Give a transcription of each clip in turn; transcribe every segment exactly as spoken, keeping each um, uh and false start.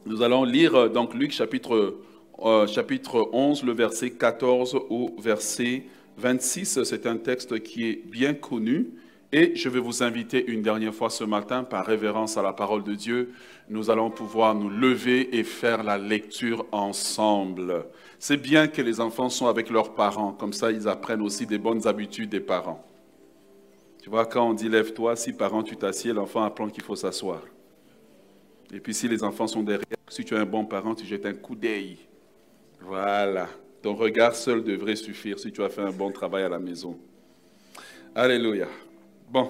Nous allons lire donc Luc chapitre, euh, chapitre onze, le verset quatorze au verset vingt-six. C'est un texte qui est bien connu. Et je vais vous inviter une dernière fois ce matin, par révérence à la parole de Dieu, nous allons pouvoir nous lever et faire la lecture ensemble. C'est bien que les enfants sont avec leurs parents, comme ça ils apprennent aussi des bonnes habitudes des parents. Tu vois, quand on dit lève-toi, si parent tu t'assieds, l'enfant apprend qu'il faut s'asseoir. Et puis si les enfants sont derrière, si tu es un bon parent, tu jettes un coup d'œil. Voilà, ton regard seul devrait suffire si tu as fait un bon travail à la maison. Alléluia. Bon,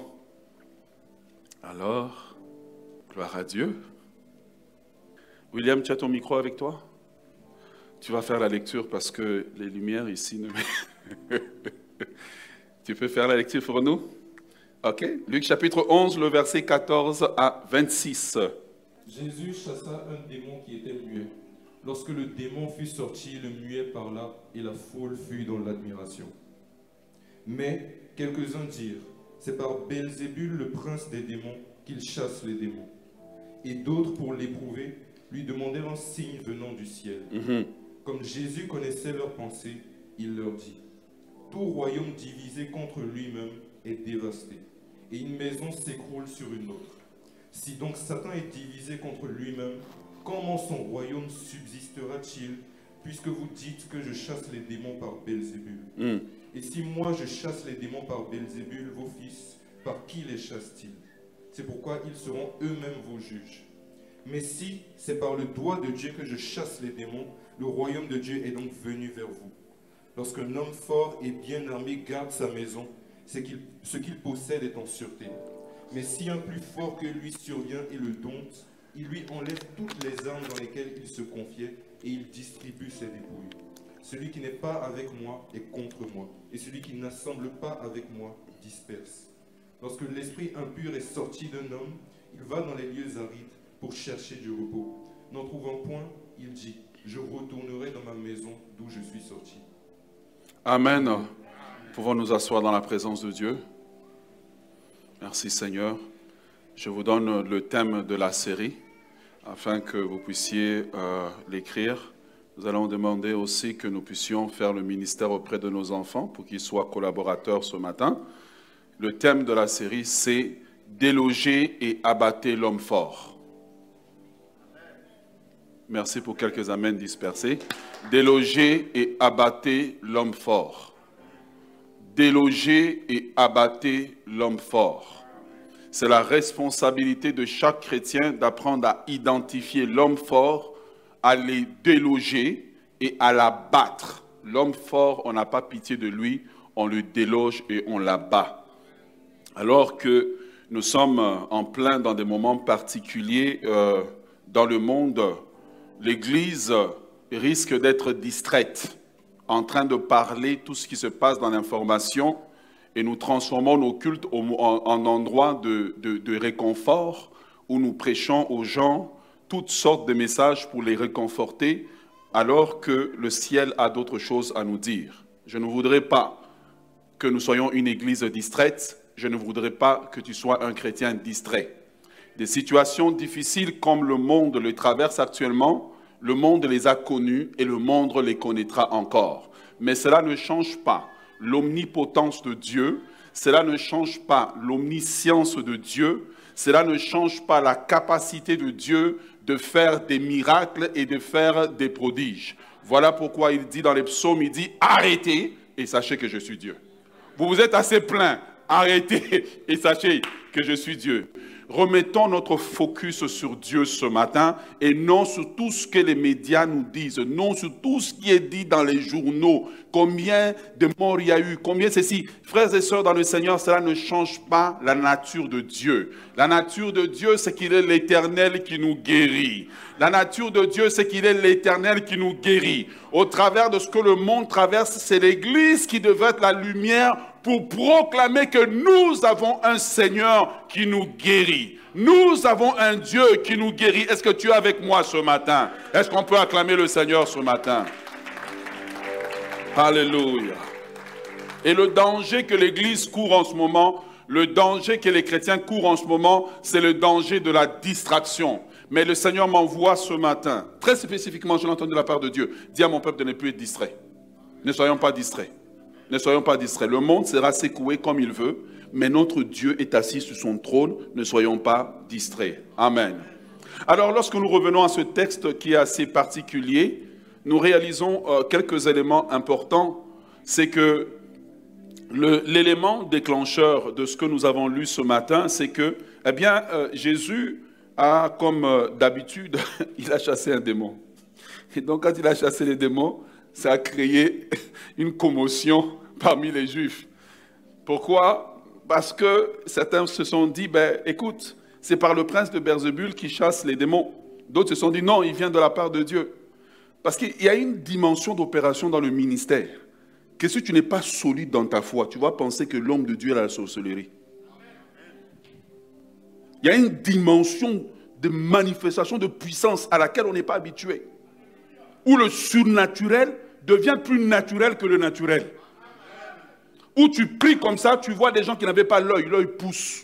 alors, gloire à Dieu. William, tu as ton micro avec toi? Tu vas faire la lecture parce que les lumières ici ne... Tu peux faire la lecture pour nous? Ok. Luc chapitre onze, le verset quatorze à vingt-six. Jésus chassa un démon qui était muet. Lorsque le démon fut sorti, le muet parla et la foule fut dans l'admiration. Mais quelques-uns dirent: c'est par Belzébul, le prince des démons, qu'il chasse les démons. Et d'autres, pour l'éprouver, lui demandèrent un signe venant du ciel. Mm-hmm. Comme Jésus connaissait leurs pensées, il leur dit: tout royaume divisé contre lui-même est dévasté, et une maison s'écroule sur une autre. Si donc Satan est divisé contre lui-même, comment son royaume subsistera-t-il, puisque vous dites que je chasse les démons par Belzébul? Mm. Et si moi je chasse les démons par Belzébul, vos fils, par qui les chassent-ils? C'est pourquoi ils seront eux-mêmes vos juges. Mais si c'est par le doigt de Dieu que je chasse les démons, le royaume de Dieu est donc venu vers vous. Lorsqu'un homme fort et bien armé garde sa maison, c'est qu'il, ce qu'il possède est en sûreté. Mais si un plus fort que lui survient et le dompte, il lui enlève toutes les armes dans lesquelles il se confiait et il distribue ses dépouilles. Celui qui n'est pas avec moi est contre moi, et celui qui n'assemble pas avec moi disperse. Lorsque l'esprit impur est sorti d'un homme, il va dans les lieux arides pour chercher du repos. N'en trouvant point, il dit: je retournerai dans ma maison d'où je suis sorti. Amen. Pouvons nous asseoir dans la présence de Dieu. Merci Seigneur. Je vous donne le thème de la série, afin que vous puissiez euh, l'écrire. Nous allons demander aussi que nous puissions faire le ministère auprès de nos enfants pour qu'ils soient collaborateurs ce matin. Le thème de la série, c'est « Déloger et abattre l'homme fort ». Merci pour quelques amens dispersés. « Déloger et abattre l'homme fort ». Déloger et abattre l'homme fort. C'est la responsabilité de chaque chrétien d'apprendre à identifier l'homme fort, à les déloger et à l'abattre. L'homme fort, on n'a pas pitié de lui, on le déloge et on l'abat. Alors que nous sommes en plein dans des moments particuliers euh, dans le monde, l'Église risque d'être distraite, en train de parler tout ce qui se passe dans l'information, et nous transformons nos cultes en, en endroit de, de, de réconfort, où nous prêchons aux gens toutes sortes de messages pour les réconforter, alors que le ciel a d'autres choses à nous dire. Je ne voudrais pas que nous soyons une église distraite, je ne voudrais pas que tu sois un chrétien distrait. Des situations difficiles comme le monde les traverse actuellement, le monde les a connues et le monde les connaîtra encore. Mais cela ne change pas l'omnipotence de Dieu, cela ne change pas l'omniscience de Dieu, cela ne change pas la capacité de Dieu de faire des miracles et de faire des prodiges. Voilà pourquoi il dit dans les psaumes, il dit « Arrêtez et sachez que je suis Dieu ». Vous vous êtes assez plein, arrêtez et sachez que je suis Dieu. Remettons notre focus sur Dieu ce matin et non sur tout ce que les médias nous disent, non sur tout ce qui est dit dans les journaux. Combien de morts il y a eu, combien ceci. Frères et sœurs dans le Seigneur, cela ne change pas la nature de Dieu. La nature de Dieu, c'est qu'il est l'Éternel qui nous guérit. La nature de Dieu, c'est qu'il est l'Éternel qui nous guérit. Au travers de ce que le monde traverse, c'est l'Église qui devrait être la lumière pour proclamer que nous avons un Seigneur qui nous guérit. Nous avons un Dieu qui nous guérit. Est-ce que tu es avec moi ce matin? Est-ce qu'on peut acclamer le Seigneur ce matin? Alléluia. Et le danger que l'Église court en ce moment, le danger que les chrétiens courent en ce moment, c'est le danger de la distraction. Mais le Seigneur m'envoie ce matin, très spécifiquement, je l'entends de la part de Dieu, dis à mon peuple de ne plus être distrait. Ne soyons pas distraits. Ne soyons pas distraits. Le monde sera secoué comme il veut, mais notre Dieu est assis sur son trône. Ne soyons pas distraits. Amen. Alors, lorsque nous revenons à ce texte qui est assez particulier, nous réalisons euh, quelques éléments importants. C'est que l'élément déclencheur de ce que nous avons lu ce matin, c'est que, eh bien, euh, Jésus a, comme euh, d'habitude, il a chassé un démon. Et donc, quand il a chassé les démons, ça a créé une commotion parmi les Juifs. Pourquoi? Parce que certains se sont dit, ben, écoute, c'est par le prince de Beelzébul qui chasse les démons. D'autres se sont dit, non, il vient de la part de Dieu. Parce qu'il y a une dimension d'opération dans le ministère. Que si tu n'es pas solide dans ta foi, tu vas penser que l'homme de Dieu est à la sorcellerie. Il y a une dimension de manifestation de puissance à laquelle on n'est pas habitué. Où le surnaturel devient plus naturel que le naturel. Où tu pries comme ça, tu vois des gens qui n'avaient pas l'œil, l'œil pousse.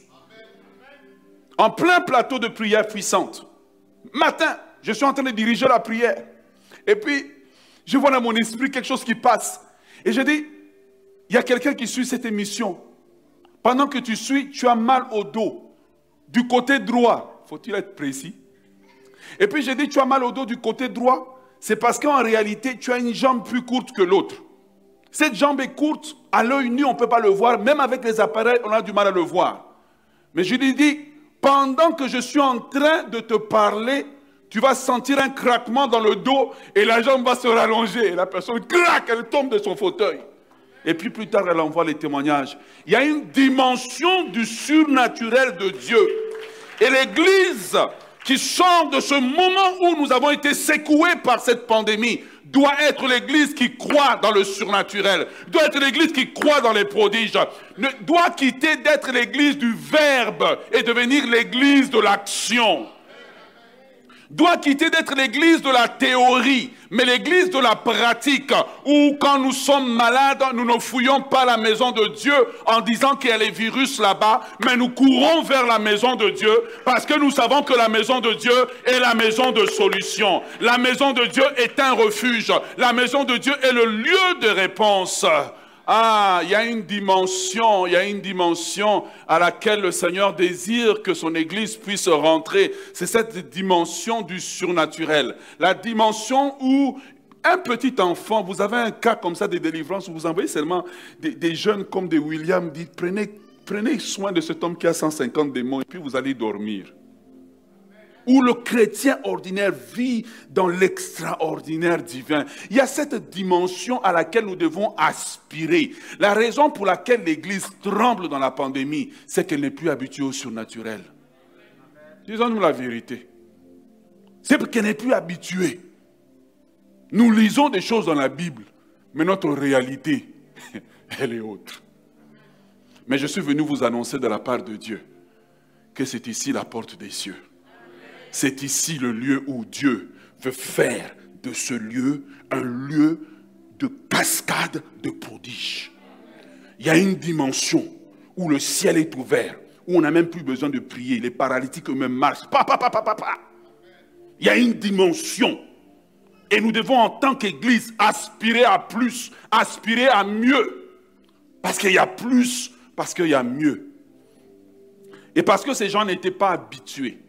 En plein plateau de prière puissante. Matin, je suis en train de diriger la prière. Et puis, je vois dans mon esprit quelque chose qui passe. Et je dis, il y a quelqu'un qui suit cette émission. Pendant que tu suis, tu as mal au dos. Du côté droit. Faut-il être précis? Et puis, je dis, tu as mal au dos du côté droit. C'est parce qu'en réalité, tu as une jambe plus courte que l'autre. Cette jambe est courte, à l'œil nu, on ne peut pas le voir. Même avec les appareils, on a du mal à le voir. Mais je lui dis, pendant que je suis en train de te parler, tu vas sentir un craquement dans le dos et la jambe va se rallonger. Et la personne craque, elle tombe de son fauteuil. Et puis plus tard, elle envoie les témoignages. Il y a une dimension du surnaturel de Dieu. Et l'Église qui sort de ce moment où nous avons été secoués par cette pandémie doit être l'Église qui croit dans le surnaturel, doit être l'Église qui croit dans les prodiges, ne, doit quitter d'être l'Église du verbe et devenir l'Église de l'action. Doit quitter d'être l'église de la théorie, mais l'église de la pratique, où quand nous sommes malades, nous ne fouillons pas la maison de Dieu en disant qu'il y a les virus là-bas, mais nous courons vers la maison de Dieu parce que nous savons que la maison de Dieu est la maison de solution. La maison de Dieu est un refuge. La maison de Dieu est le lieu de réponse. Ah, il y a une dimension, il y a une dimension à laquelle le Seigneur désire que son Église puisse rentrer. C'est cette dimension du surnaturel. La dimension où un petit enfant, vous avez un cas comme ça de délivrance, où vous envoyez seulement des, des jeunes comme des William, dites prenez, prenez soin de cet homme qui a cent cinquante démons et puis vous allez dormir. Où le chrétien ordinaire vit dans l'extraordinaire divin. Il y a cette dimension à laquelle nous devons aspirer. La raison pour laquelle l'Église tremble dans la pandémie, c'est qu'elle n'est plus habituée au surnaturel. Disons-nous la vérité. C'est parce qu'elle n'est plus habituée. Nous lisons des choses dans la Bible, mais notre réalité, elle est autre. Mais je suis venu vous annoncer de la part de Dieu que c'est ici la porte des cieux. C'est ici le lieu où Dieu veut faire de ce lieu un lieu de cascade de prodiges. Il y a une dimension où le ciel est ouvert, où on n'a même plus besoin de prier. Les paralytiques eux-mêmes marchent. Pa, pa, pa, pa, pa, pa. Il y a une dimension. Et nous devons en tant qu'Église aspirer à plus, aspirer à mieux. Parce qu'il y a plus, parce qu'il y a mieux. Et parce que ces gens n'étaient pas habitués.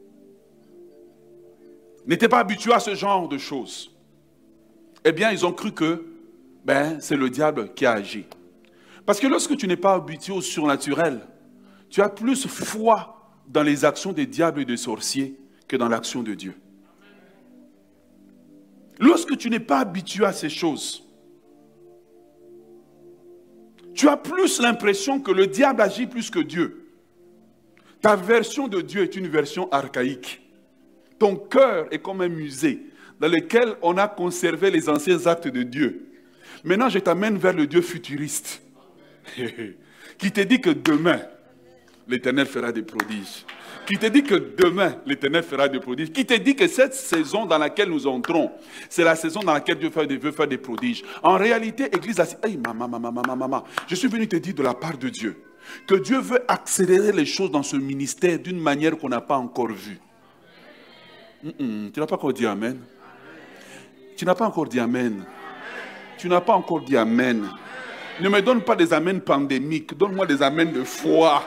N'étaient pas habitués à ce genre de choses. Eh bien, ils ont cru que ben, c'est le diable qui a agi. Parce que lorsque tu n'es pas habitué au surnaturel, tu as plus foi dans les actions des diables et des sorciers que dans l'action de Dieu. Lorsque tu n'es pas habitué à ces choses, tu as plus l'impression que le diable agit plus que Dieu. Ta version de Dieu est une version archaïque. Ton cœur est comme un musée dans lequel on a conservé les anciens actes de Dieu. Maintenant, je t'amène vers le Dieu futuriste qui te dit que demain, l'Éternel fera des prodiges. Qui te dit que demain, l'Éternel fera des prodiges. Qui te dit que cette saison dans laquelle nous entrons, c'est la saison dans laquelle Dieu veut faire des prodiges. En réalité, Église a dit, hey, maman, maman, maman, maman, je suis venu te dire de la part de Dieu que Dieu veut accélérer les choses dans ce ministère d'une manière qu'on n'a pas encore vue. Mm -mm, tu n'as pas encore dit Amen. Tu n'as pas encore dit Amen. Tu n'as pas encore dit Amen. Ne me donne pas des Amen pandémiques. Donne-moi des Amen de foi.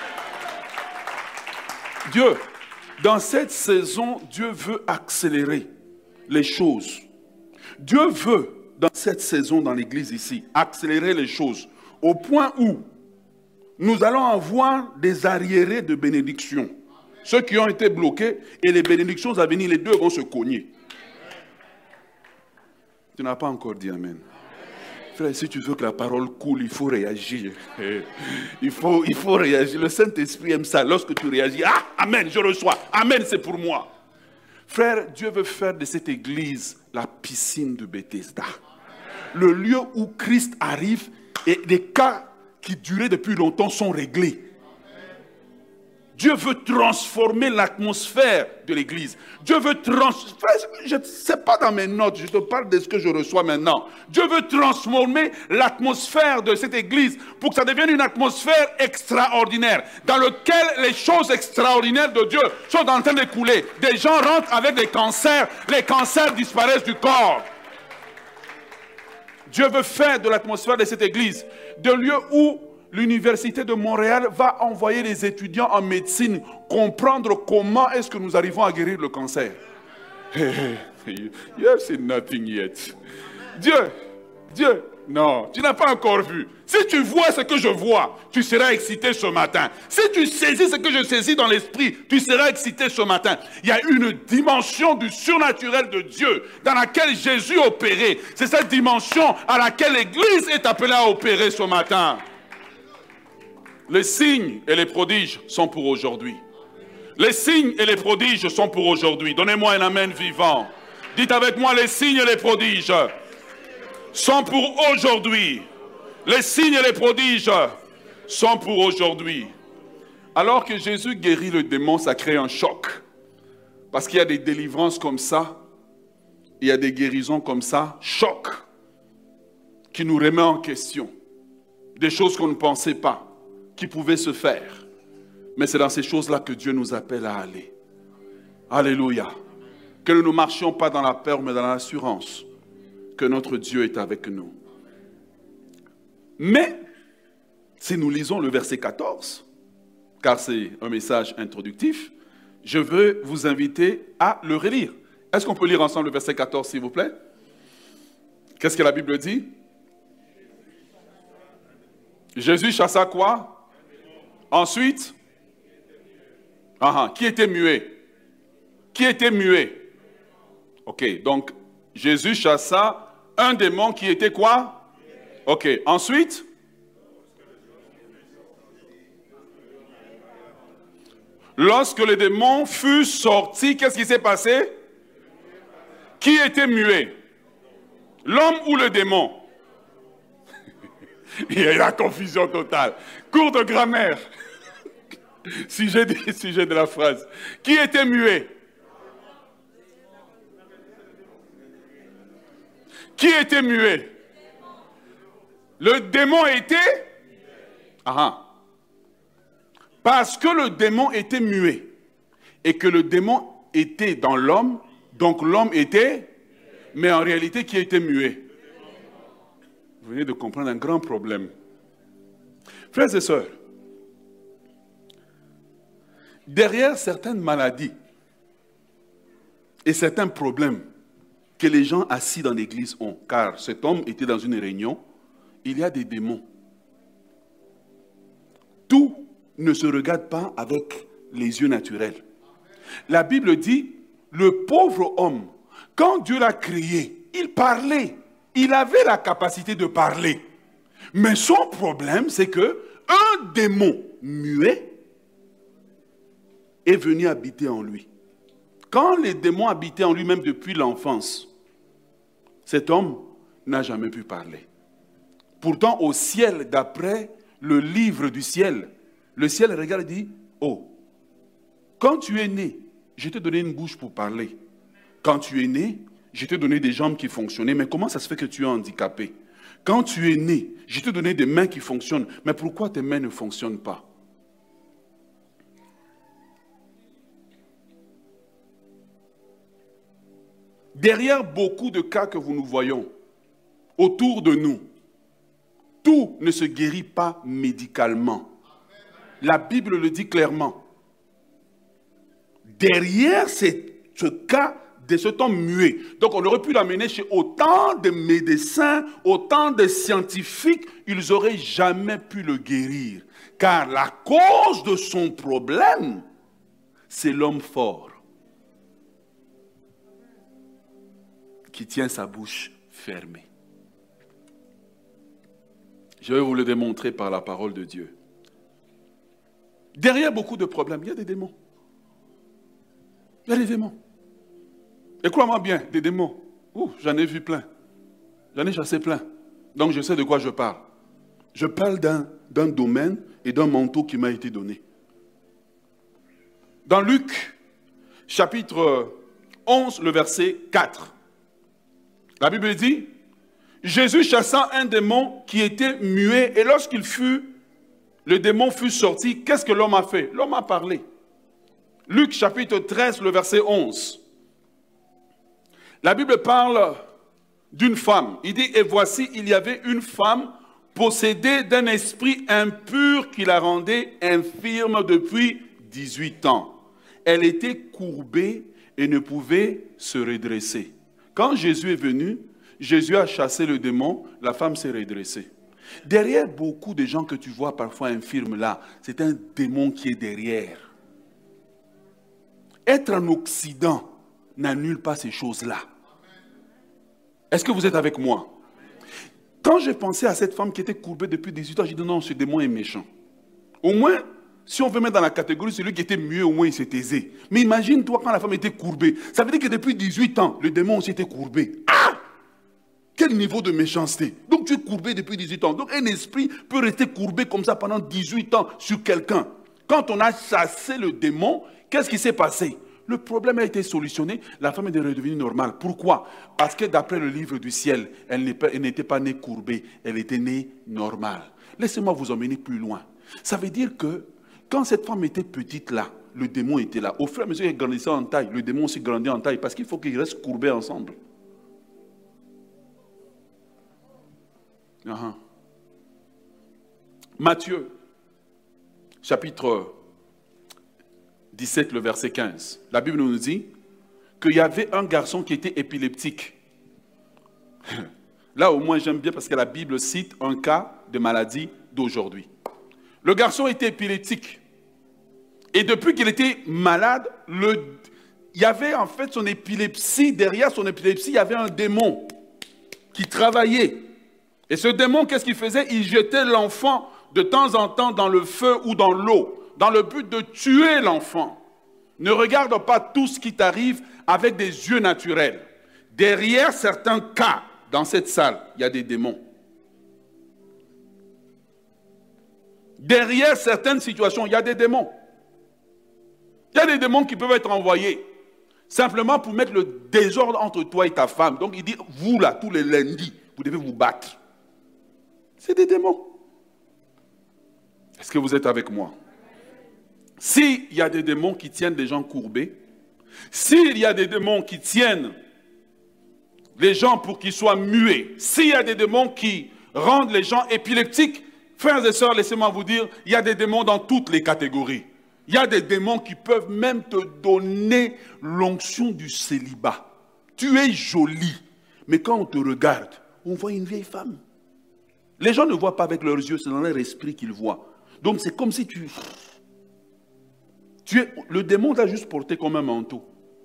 Dieu, dans cette saison, Dieu veut accélérer les choses. Dieu veut, dans cette saison, dans l'église ici, accélérer les choses au point où nous allons avoir des arriérés de bénédictions. Ceux qui ont été bloqués et les bénédictions à venir, les deux vont se cogner. Tu n'as pas encore dit Amen. Frère, si tu veux que la parole coule, il faut réagir. Il faut, il faut réagir. Le Saint-Esprit aime ça. Lorsque tu réagis, ah, Amen, je reçois. Amen, c'est pour moi. Frère, Dieu veut faire de cette église la piscine de Bethesda. Le lieu où Christ arrive et des cas qui duraient depuis longtemps sont réglés. Dieu veut transformer l'atmosphère de l'église. Dieu veut transformer, je ne sais pas dans mes notes, je te parle de ce que je reçois maintenant. Dieu veut transformer l'atmosphère de cette église pour que ça devienne une atmosphère extraordinaire, dans laquelle les choses extraordinaires de Dieu sont en train de couler. Des gens rentrent avec des cancers, les cancers disparaissent du corps. Dieu veut faire de l'atmosphère de cette église de lieu où l'Université de Montréal va envoyer les étudiants en médecine comprendre comment est-ce que nous arrivons à guérir le cancer. You have seen nothing yet. Dieu, Dieu, non, tu n'as pas encore vu. Si tu vois ce que je vois, tu seras excité ce matin. Si tu saisis ce que je saisis dans l'esprit, tu seras excité ce matin. Il y a une dimension du surnaturel de Dieu dans laquelle Jésus opérait. C'est cette dimension à laquelle l'Église est appelée à opérer ce matin. Les signes et les prodiges sont pour aujourd'hui. Les signes et les prodiges sont pour aujourd'hui. Donnez-moi un amen vivant. Dites avec moi, les signes et les prodiges sont pour aujourd'hui. Les signes et les prodiges sont pour aujourd'hui. Alors que Jésus guérit le démon, ça crée un choc. Parce qu'il y a des délivrances comme ça, il y a des guérisons comme ça, choc, qui nous remet en question. Des choses qu'on ne pensait pas qui pouvaient se faire. Mais c'est dans ces choses-là que Dieu nous appelle à aller. Alléluia. Que nous ne marchions pas dans la peur, mais dans l'assurance que notre Dieu est avec nous. Mais, si nous lisons le verset quatorze, car c'est un message introductif, je veux vous inviter à le relire. Est-ce qu'on peut lire ensemble le verset quatorze, s'il vous plaît? Qu'est-ce que la Bible dit? Jésus chassa quoi? Ensuite, ah, ah, qui était muet? Qui était muet? Ok, donc Jésus chassa un démon qui était quoi? Ok, ensuite, lorsque le démon fut sorti, qu'est-ce qui s'est passé? Qui était muet? L'homme ou le démon? Il y a la confusion totale. Cours de grammaire. Sujet de, sujet de la phrase. Qui était muet? Qui était muet? Le démon était? Ah, ah. Parce que le démon était muet et que le démon était dans l'homme, donc l'homme était, mais en réalité, qui était muet? Vous venez de comprendre un grand problème. Frères et sœurs, derrière certaines maladies et certains problèmes que les gens assis dans l'église ont, car cet homme était dans une réunion, il y a des démons. Tout ne se regarde pas avec les yeux naturels. La Bible dit, le pauvre homme, quand Dieu l'a créé, il parlait. Il avait la capacité de parler. Mais son problème, c'est que un démon muet est venu habiter en lui. Quand les démons habitaient en lui-même depuis l'enfance, cet homme n'a jamais pu parler. Pourtant, au ciel, d'après le livre du ciel, le ciel regarde et dit, oh, quand tu es né, je t'ai donné une bouche pour parler. Quand tu es né, je t'ai donné des jambes qui fonctionnaient, mais comment ça se fait que tu es handicapé? Quand tu es né, je t'ai donné des mains qui fonctionnent, mais pourquoi tes mains ne fonctionnent pas? Derrière beaucoup de cas que vous nous voyons autour de nous, tout ne se guérit pas médicalement. La Bible le dit clairement. Derrière ce cas de cet homme muet, donc on aurait pu l'amener chez autant de médecins, autant de scientifiques, ils n'auraient jamais pu le guérir. Car la cause de son problème, c'est l'homme fort qui tient sa bouche fermée. Je vais vous le démontrer par la parole de Dieu. Derrière beaucoup de problèmes, il y a des démons. Il y a des démons. Et crois-moi bien, des démons. Ouh, j'en ai vu plein. J'en ai chassé plein. Donc je sais de quoi je parle. Je parle d'un, d'un domaine et d'un manteau qui m'a été donné. Dans Luc, chapitre onze, le verset quatre, la Bible dit, Jésus chassa un démon qui était muet, et lorsqu'il fut, le démon fut sorti, qu'est-ce que l'homme a fait? L'homme a parlé. Luc chapitre treize, le verset onze. La Bible parle d'une femme. Il dit, et voici, il y avait une femme possédée d'un esprit impur qui la rendait infirme depuis dix-huit ans. Elle était courbée et ne pouvait se redresser. Quand Jésus est venu, Jésus a chassé le démon, la femme s'est redressée. Derrière beaucoup de gens que tu vois parfois infirmes là, c'est un démon qui est derrière. Être en Occident n'annule pas ces choses-là. Est-ce que vous êtes avec moi? Quand j'ai pensé à cette femme qui était courbée depuis dix-huit ans, j'ai dit non, ce démon est méchant. Au moins, si on veut mettre dans la catégorie celui qui était mieux, au moins il s'est taisé. Mais imagine-toi quand la femme était courbée. Ça veut dire que depuis dix-huit ans, le démon aussi était courbé. Ah! Quel niveau de méchanceté. Donc tu es courbé depuis dix-huit ans. Donc un esprit peut rester courbé comme ça pendant dix-huit ans sur quelqu'un. Quand on a chassé le démon, qu'est-ce qui s'est passé? Le problème a été solutionné, la femme est redevenue normale. Pourquoi? Parce que d'après le livre du ciel, elle n'était pas née courbée, elle était née normale. Laissez-moi vous emmener plus loin. Ça veut dire que quand cette femme était petite là, le démon était là. Au fur et à mesure qu'elle grandissait en taille, le démon s'est grandi en taille parce qu'il faut qu'ils restent courbés ensemble. Uh-huh. Matthieu, chapitre dix-sept, le verset quinze. La Bible nous dit qu'il y avait un garçon qui était épileptique. Là, au moins, j'aime bien parce que la Bible cite un cas de maladie d'aujourd'hui. Le garçon était épileptique. Et depuis qu'il était malade, le... il y avait en fait son épilepsie. Derrière son épilepsie, il y avait un démon qui travaillait. Et ce démon, qu'est-ce qu'il faisait? Il jetait l'enfant de temps en temps dans le feu ou dans l'eau, dans le but de tuer l'enfant. Ne regarde pas tout ce qui t'arrive avec des yeux naturels. Derrière certains cas, dans cette salle, il y a des démons. Derrière certaines situations, il y a des démons. Il y a des démons qui peuvent être envoyés simplement pour mettre le désordre entre toi et ta femme. Donc il dit, vous là, tous les lundis, vous devez vous battre. C'est des démons. Est-ce que vous êtes avec moi? S'il y a des démons qui tiennent des gens courbés, s'il y a des démons qui tiennent les gens pour qu'ils soient muets, s'il y a des démons qui rendent les gens épileptiques, frères et sœurs, laissez-moi vous dire, il y a des démons dans toutes les catégories. Il y a des démons qui peuvent même te donner l'onction du célibat. Tu es jolie, mais quand on te regarde, on voit une vieille femme. Les gens ne voient pas avec leurs yeux, c'est dans leur esprit qu'ils voient. Donc c'est comme si tu... tu es, le démon t'a juste porté comme un manteau.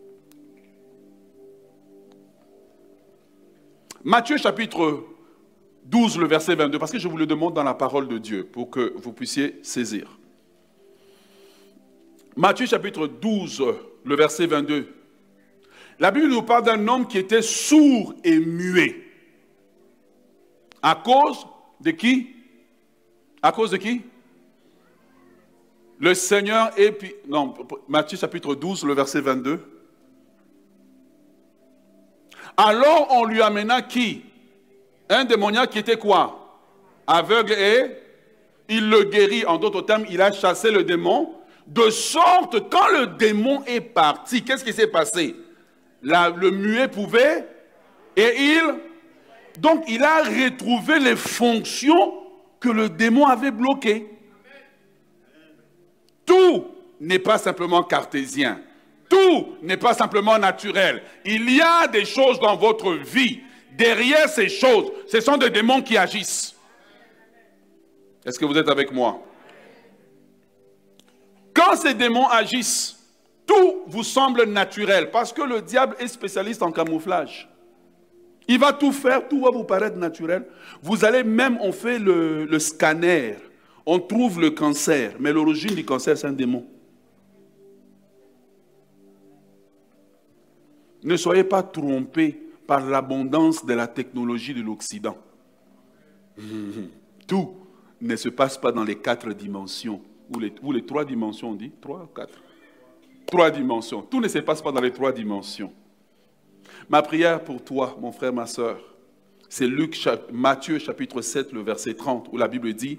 Matthieu chapitre douze, le verset vingt-deux, parce que je vous le demande dans la parole de Dieu, pour que vous puissiez saisir. Matthieu chapitre douze, le verset vingt-deux. La Bible nous parle d'un homme qui était sourd et muet. À cause de qui? À cause de qui? Le Seigneur et puis... Non, Matthieu chapitre douze, le verset vingt-deux. Alors on lui amena qui? Un démoniaque qui était quoi? Aveugle et il le guérit. En d'autres termes, il a chassé le démon. De sorte, quand le démon est parti, qu'est-ce qui s'est passé? La, le muet pouvait, et il... Donc, il a retrouvé les fonctions que le démon avait bloquées. Tout n'est pas simplement cartésien. Tout n'est pas simplement naturel. Il y a des choses dans votre vie. Derrière ces choses, ce sont des démons qui agissent. Est-ce que vous êtes avec moi? Quand ces démons agissent, tout vous semble naturel parce que le diable est spécialiste en camouflage. Il va tout faire, tout va vous paraître naturel. Vous allez même, on fait le, le scanner, on trouve le cancer, mais l'origine du cancer, c'est un démon. Ne soyez pas trompés par l'abondance de la technologie de l'Occident. Tout ne se passe pas dans les quatre dimensions, ou les, ou les trois dimensions, on dit, trois, quatre. Trois dimensions. Tout ne se passe pas dans les trois dimensions. Ma prière pour toi, mon frère, ma soeur, c'est Luc, Matthieu chapitre sept, le verset trente, où la Bible dit,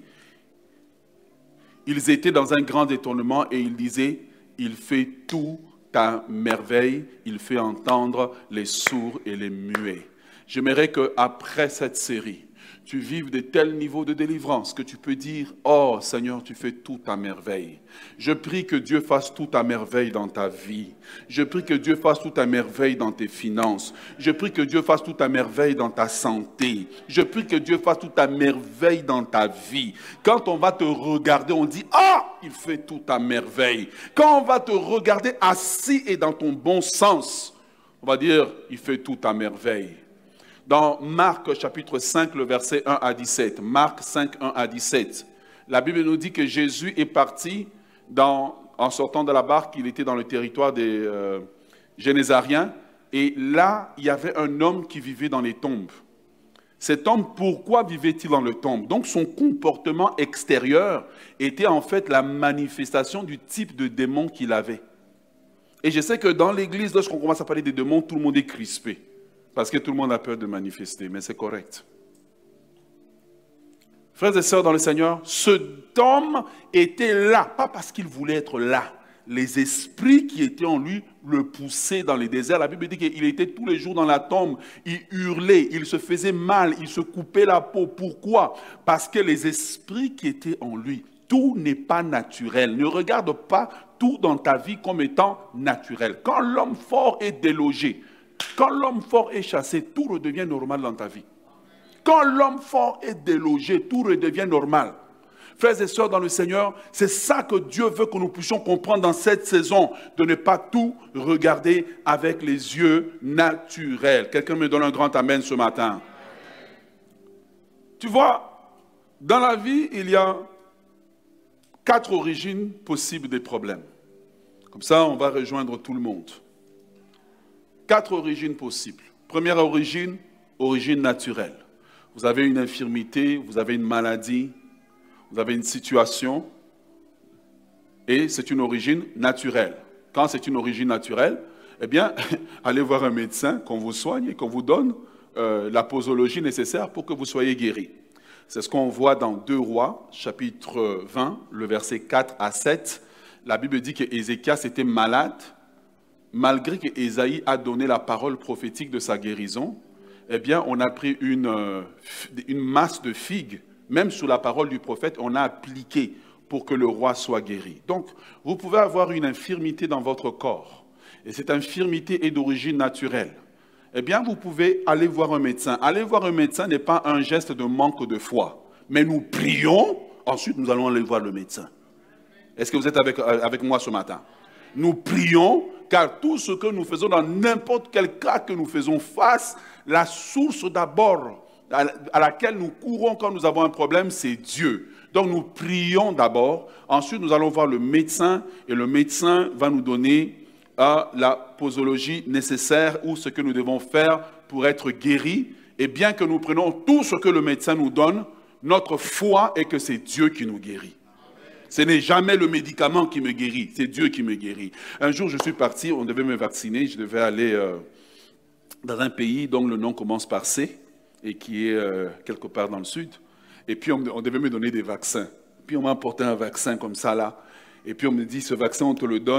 ils étaient dans un grand étonnement et ils disaient, il fait tout à merveille, il fait entendre les sourds et les muets. J'aimerais qu'après cette série, tu vives de tels niveaux de délivrance que tu peux dire, oh Seigneur, tu fais tout à merveille. Je prie que Dieu fasse tout à merveille dans ta vie. Je prie que Dieu fasse tout à merveille dans tes finances. Je prie que Dieu fasse tout à merveille dans ta santé. Je prie que Dieu fasse tout à merveille dans ta vie. Quand on va te regarder, on dit, ah, il fait tout à merveille. Quand on va te regarder assis et dans ton bon sens, on va dire, il fait tout à merveille. Dans Marc chapitre cinq, le verset un à dix-sept, Marc cinq, un à dix-sept, la Bible nous dit que Jésus est parti, dans, en sortant de la barque, il était dans le territoire des euh, Génésariens, et là, il y avait un homme qui vivait dans les tombes. Cet homme, pourquoi vivait-il dans les tombes? Donc son comportement extérieur était en fait la manifestation du type de démon qu'il avait. Et je sais que dans l'église, lorsqu'on commence à parler des démons, tout le monde est crispé. Parce que tout le monde a peur de manifester, mais c'est correct. Frères et sœurs dans le Seigneur, cet homme était là, pas parce qu'il voulait être là. Les esprits qui étaient en lui le poussaient dans les déserts. La Bible dit qu'il était tous les jours dans la tombe, il hurlait, il se faisait mal, il se coupait la peau. Pourquoi? Parce que les esprits qui étaient en lui, tout n'est pas naturel. Ne regarde pas tout dans ta vie comme étant naturel. Quand l'homme fort est délogé, quand l'homme fort est chassé, tout redevient normal dans ta vie. Quand l'homme fort est délogé, tout redevient normal. Frères et sœurs dans le Seigneur, c'est ça que Dieu veut que nous puissions comprendre dans cette saison, de ne pas tout regarder avec les yeux naturels. Quelqu'un me donne un grand amen ce matin. Tu vois, dans la vie, il y a quatre origines possibles des problèmes. Comme ça, on va rejoindre tout le monde. Quatre origines possibles. Première origine, origine naturelle. Vous avez une infirmité, vous avez une maladie, vous avez une situation, et c'est une origine naturelle. Quand c'est une origine naturelle, eh bien, allez voir un médecin, qu'on vous soigne et qu'on vous donne euh, la posologie nécessaire pour que vous soyez guéri. C'est ce qu'on voit dans deux Rois, chapitre vingt, le verset quatre à sept. La Bible dit qu'Ézéchias était malade. Malgré que Ésaïe a donné la parole prophétique de sa guérison, eh bien, on a pris une, euh, une masse de figues, même sous la parole du prophète, on a appliqué pour que le roi soit guéri. Donc, vous pouvez avoir une infirmité dans votre corps, et cette infirmité est d'origine naturelle. Eh bien, vous pouvez aller voir un médecin. Aller voir un médecin n'est pas un geste de manque de foi, mais nous prions, ensuite nous allons aller voir le médecin. Est-ce que vous êtes avec, avec moi ce matin? Nous prions, car tout ce que nous faisons dans n'importe quel cas que nous faisons face, la source d'abord à laquelle nous courons quand nous avons un problème, c'est Dieu. Donc nous prions d'abord, ensuite nous allons voir le médecin, et le médecin va nous donner euh, la posologie nécessaire ou ce que nous devons faire pour être guéris. Et bien que nous prenions tout ce que le médecin nous donne, notre foi est que c'est Dieu qui nous guérit. Ce n'est jamais le médicament qui me guérit, c'est Dieu qui me guérit. Un jour, je suis parti, on devait me vacciner, je devais aller euh, dans un pays dont le nom commence par C et qui est euh, quelque part dans le sud. Et puis, on, on devait me donner des vaccins. Puis, on m'a apporté un vaccin comme ça, là. Et puis, on me dit, ce vaccin, on te le donne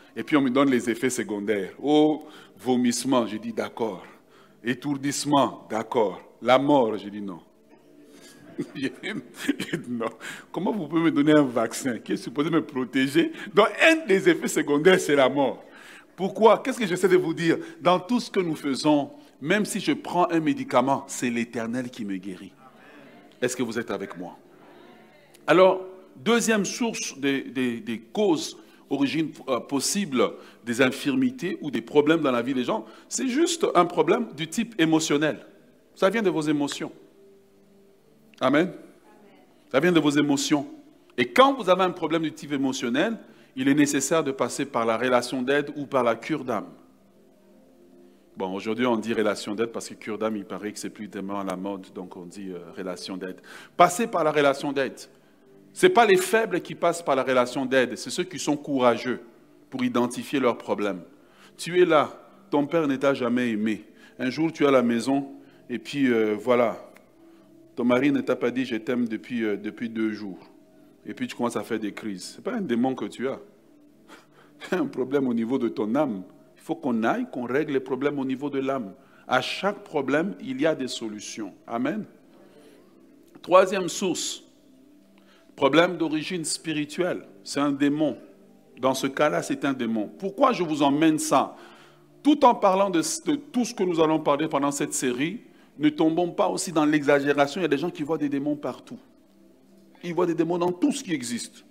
Et puis on me donne les effets secondaires. Oh, vomissement, je dis d'accord. Étourdissement, d'accord. La mort, je dis non. Je dis non. Comment vous pouvez me donner un vaccin qui est supposé me protéger? Donc un des effets secondaires, c'est la mort. Pourquoi? Qu'est-ce que j'essaie de vous dire? Dans tout ce que nous faisons, même si je prends un médicament, c'est l'Éternel qui me guérit. Est-ce que vous êtes avec moi? Alors, deuxième source des, des, des causes, origines euh, possibles des infirmités ou des problèmes dans la vie des gens, c'est juste un problème du type émotionnel. Ça vient de vos émotions. Amen. Ça vient de vos émotions. Et quand vous avez un problème du type émotionnel, il est nécessaire de passer par la relation d'aide ou par la cure d'âme. Bon, aujourd'hui, on dit relation d'aide parce que cure d'âme, il paraît que c'est plus tellement à la mode, donc on dit euh, relation d'aide. Passez par la relation d'aide. Ce n'est pas les faibles qui passent par la relation d'aide, c'est ceux qui sont courageux pour identifier leurs problèmes. Tu es là, ton père ne t'a jamais aimé. Un jour, tu es à la maison, et puis euh, voilà, ton mari ne t'a pas dit « je t'aime depuis, euh, depuis deux jours ». Et puis tu commences à faire des crises. Ce n'est pas un démon que tu as. C'est un problème au niveau de ton âme. Il faut qu'on aille, qu'on règle les problèmes au niveau de l'âme. À chaque problème, il y a des solutions. Amen. Troisième source, problème d'origine spirituelle. C'est un démon. Dans ce cas-là, c'est un démon. Pourquoi je vous emmène ça? Tout en parlant de, de tout ce que nous allons parler pendant cette série, ne tombons pas aussi dans l'exagération. Il y a des gens qui voient des démons partout. Ils voient des démons dans tout ce qui existe.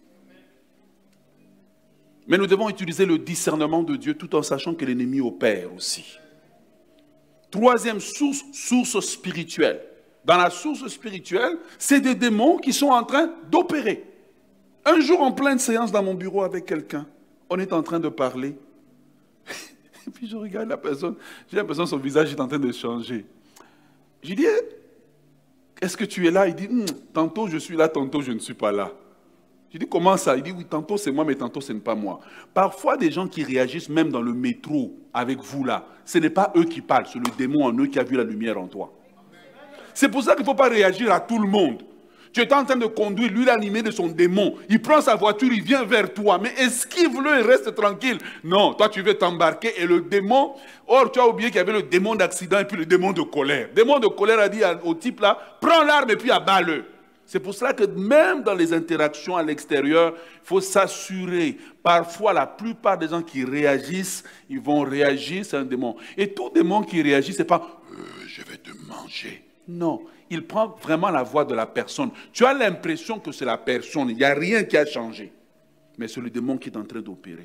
Mais nous devons utiliser le discernement de Dieu tout en sachant que l'ennemi opère aussi. Troisième source, source spirituelle. Dans la source spirituelle, c'est des démons qui sont en train d'opérer. Un jour, en pleine séance dans mon bureau avec quelqu'un, on est en train de parler. Et puis je regarde la personne, j'ai l'impression que son visage est en train de changer. Je dis, est-ce que tu es là? Il dit, hm, tantôt je suis là, tantôt je ne suis pas là. Je dis, comment ça? Il dit, oui, tantôt c'est moi, mais tantôt ce n'est pas moi. Parfois, des gens qui réagissent même dans le métro avec vous là, ce n'est pas eux qui parlent, c'est le démon en eux qui a vu la lumière en toi. C'est pour ça qu'il ne faut pas réagir à tout le monde. Tu es en train de conduire, lui l'animé de son démon. Il prend sa voiture, il vient vers toi, mais esquive-le et reste tranquille. Non, toi tu veux t'embarquer et le démon, or tu as oublié qu'il y avait le démon d'accident et puis le démon de colère. Le démon de colère a dit au type là, prends l'arme et puis abat-le. C'est pour cela que même dans les interactions à l'extérieur, il faut s'assurer. Parfois, la plupart des gens qui réagissent, ils vont réagir, c'est un démon. Et tout démon qui réagit, ce n'est pas euh, « je vais te manger ». Non, il prend vraiment la voix de la personne. Tu as l'impression que c'est la personne, il n'y a rien qui a changé. Mais c'est le démon qui est en train d'opérer.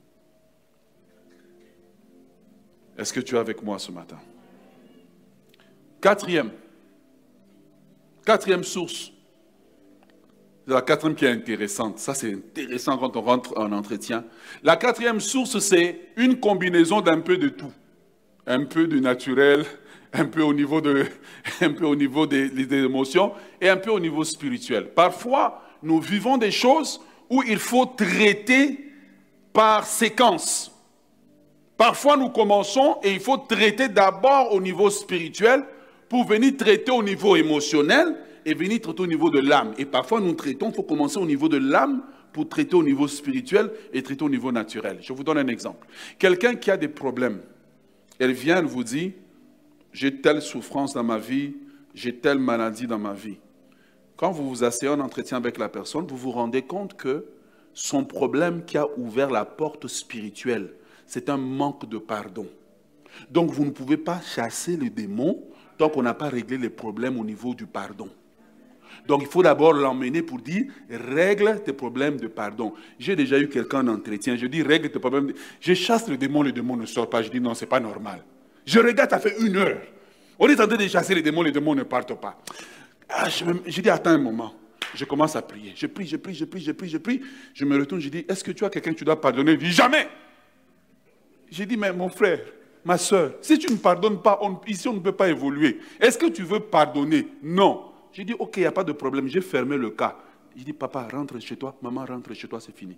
Est-ce que tu es avec moi ce matin? Quatrième. Quatrième source. C'est la quatrième qui est intéressante. Ça, c'est intéressant quand on rentre en entretien. La quatrième source, c'est une combinaison d'un peu de tout. Un peu du naturel, un peu au niveau, de, un peu au niveau des, des émotions et un peu au niveau spirituel. Parfois, nous vivons des choses où il faut traiter par séquence. Parfois, nous commençons et il faut traiter d'abord au niveau spirituel pour venir traiter au niveau émotionnel et venir traiter au niveau de l'âme. Et parfois, nous traitons, il faut commencer au niveau de l'âme pour traiter au niveau spirituel et traiter au niveau naturel. Je vous donne un exemple. Quelqu'un qui a des problèmes, elle vient, elle vous dit, j'ai telle souffrance dans ma vie, j'ai telle maladie dans ma vie. Quand vous vous asseyez en entretien avec la personne, vous vous rendez compte que son problème qui a ouvert la porte spirituelle, c'est un manque de pardon. Donc vous ne pouvez pas chasser le démon tant qu'on n'a pas réglé les problèmes au niveau du pardon. Donc il faut d'abord l'emmener pour dire, règle tes problèmes de pardon. J'ai déjà eu quelqu'un en entretien, je dis, règle tes problèmes. De... Je chasse le démon, le démon ne sort pas. Je dis, non, ce n'est pas normal. Je regarde, ça fait une heure. On est en train de chasser les démons, les démons ne partent pas. Ah, je, me, je dis, attends un moment. Je commence à prier. Je prie, je prie, je prie, je prie, je prie. Je me retourne, je dis, est-ce que tu as quelqu'un que tu dois pardonner? Il dit, jamais. J'ai dit, mais mon frère, ma soeur, si tu ne pardonnes pas, on, ici on ne peut pas évoluer. Est-ce que tu veux pardonner? Non. J'ai dit, ok, il n'y a pas de problème. J'ai fermé le cas. J'ai dit, papa, rentre chez toi. Maman, rentre chez toi, c'est fini.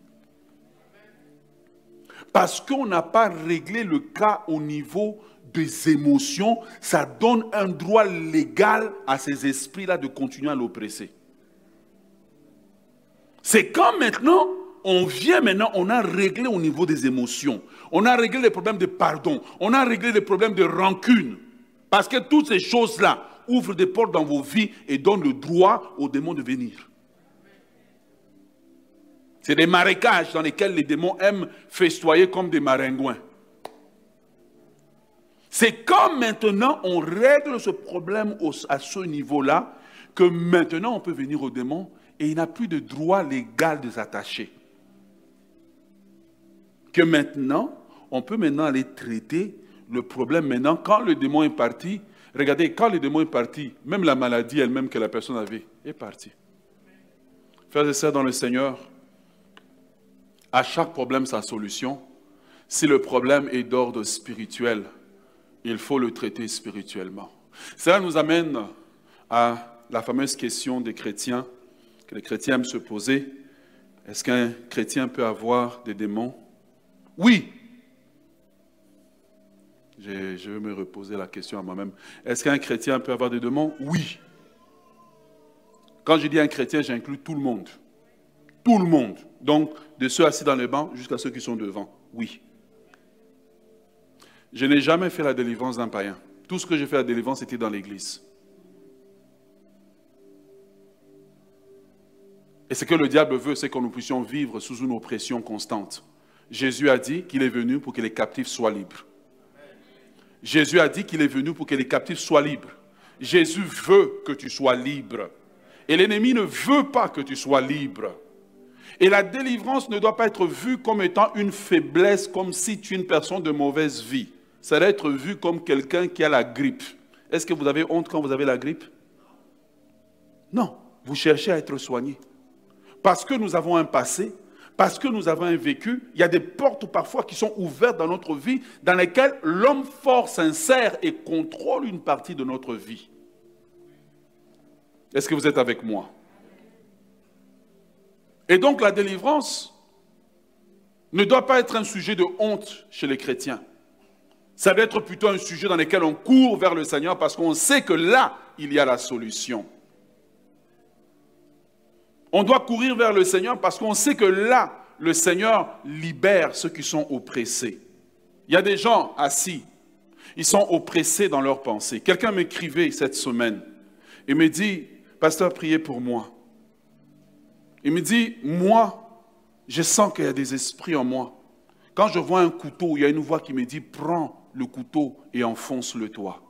Parce qu'on n'a pas réglé le cas au niveau des émotions, ça donne un droit légal à ces esprits-là de continuer à l'oppresser. C'est quand maintenant on vient maintenant, on a réglé au niveau des émotions. On a réglé les problèmes de pardon. On a réglé les problèmes de rancune. Parce que toutes ces choses-là ouvrent des portes dans vos vies et donnent le droit aux démons de venir. C'est des marécages dans lesquels les démons aiment festoyer comme des maringouins. C'est quand maintenant on règle ce problème au, à ce niveau-là que maintenant on peut venir au démon et il n'a plus de droit légal de s'attacher. Que maintenant, on peut maintenant aller traiter le problème maintenant. Quand le démon est parti, regardez, quand le démon est parti, même la maladie elle-même que la personne avait est partie. Frères et sœurs dans le Seigneur, à chaque problème sa solution. Si le problème est d'ordre spirituel, il faut le traiter spirituellement. Cela nous amène à la fameuse question des chrétiens, que les chrétiens aiment se poser. Est-ce qu'un chrétien peut avoir des démons? Oui. Je, je vais me reposer la question à moi-même. Est-ce qu'un chrétien peut avoir des démons? Oui. Quand je dis un chrétien, j'inclus tout le monde. Tout le monde. Donc, de ceux assis dans les bancs jusqu'à ceux qui sont devant. Oui. Je n'ai jamais fait la délivrance d'un païen. Tout ce que j'ai fait la délivrance, c'était dans l'église. Et ce que le diable veut, c'est que nous puissions vivre sous une oppression constante. Jésus a dit qu'il est venu pour que les captifs soient libres. Jésus a dit qu'il est venu pour que les captifs soient libres. Jésus veut que tu sois libre. Et l'ennemi ne veut pas que tu sois libre. Et la délivrance ne doit pas être vue comme étant une faiblesse, comme si tu es une personne de mauvaise vie. Ça doit être vu comme quelqu'un qui a la grippe. Est-ce que vous avez honte quand vous avez la grippe? Non, vous cherchez à être soigné. Parce que nous avons un passé, parce que nous avons un vécu, il y a des portes parfois qui sont ouvertes dans notre vie, dans lesquelles l'homme fort s'insère et contrôle une partie de notre vie. Est-ce que vous êtes avec moi? Et donc la délivrance ne doit pas être un sujet de honte chez les chrétiens. Ça doit être plutôt un sujet dans lequel on court vers le Seigneur parce qu'on sait que là, il y a la solution. On doit courir vers le Seigneur parce qu'on sait que là, le Seigneur libère ceux qui sont oppressés. Il y a des gens assis, ils sont oppressés dans leurs pensées. Quelqu'un m'écrivait cette semaine et me dit, « Pasteur, priez pour moi. » Il me dit, moi, je sens qu'il y a des esprits en moi. Quand je vois un couteau, il y a une voix qui me dit, prends le couteau et enfonce-le toi.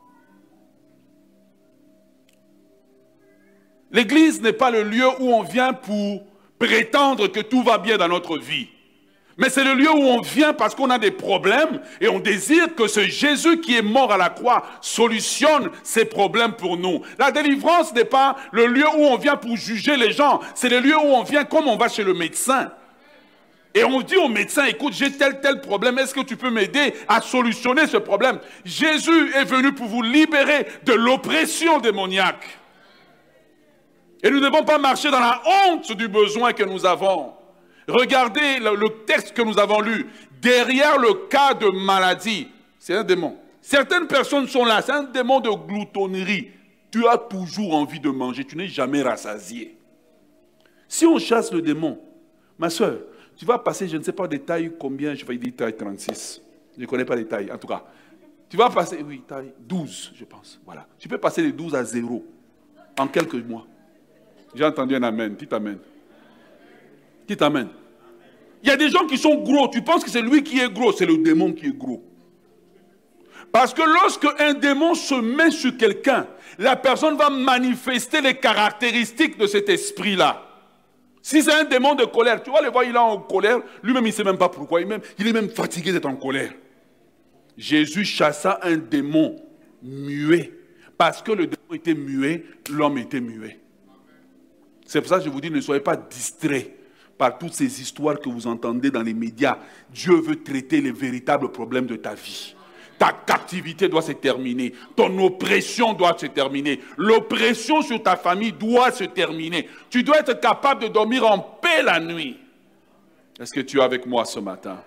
L'église n'est pas le lieu où on vient pour prétendre que tout va bien dans notre vie. Mais c'est le lieu où on vient parce qu'on a des problèmes et on désire que ce Jésus qui est mort à la croix solutionne ces problèmes pour nous. La délivrance n'est pas le lieu où on vient pour juger les gens. C'est le lieu où on vient comme on va chez le médecin. Et on dit au médecin, écoute, j'ai tel, tel problème, est-ce que tu peux m'aider à solutionner ce problème? Jésus est venu pour vous libérer de l'oppression démoniaque. Et nous ne devons pas marcher dans la honte du besoin que nous avons. Regardez le, le texte que nous avons lu. Derrière le cas de maladie, c'est un démon. Certaines personnes sont là, c'est un démon de gloutonnerie. Tu as toujours envie de manger, tu n'es jamais rassasié. Si on chasse le démon, ma soeur, tu vas passer, je ne sais pas des tailles combien, je vais dire taille trente-six. Je ne connais pas les tailles, en tout cas. Tu vas passer, oui, taille douze, je pense. Voilà. Tu peux passer de douze à zéro en quelques mois. J'ai entendu un amen, dites amen. Dites amen. Il y a des gens qui sont gros, tu penses que c'est lui qui est gros, c'est le démon qui est gros. Parce que lorsque un démon se met sur quelqu'un, la personne va manifester les caractéristiques de cet esprit-là. Si c'est un démon de colère, tu vas le voir, il est en colère, lui-même il ne sait même pas pourquoi, il, même, il est même fatigué d'être en colère. Jésus chassa un démon muet. Parce que le démon était muet, l'homme était muet. C'est pour ça que je vous dis, ne soyez pas distraits par toutes ces histoires que vous entendez dans les médias. Dieu veut traiter les véritables problèmes de ta vie. Ta captivité doit se terminer. Ton oppression doit se terminer. L'oppression sur ta famille doit se terminer. Tu dois être capable de dormir en paix la nuit. Est-ce que tu es avec moi ce matin?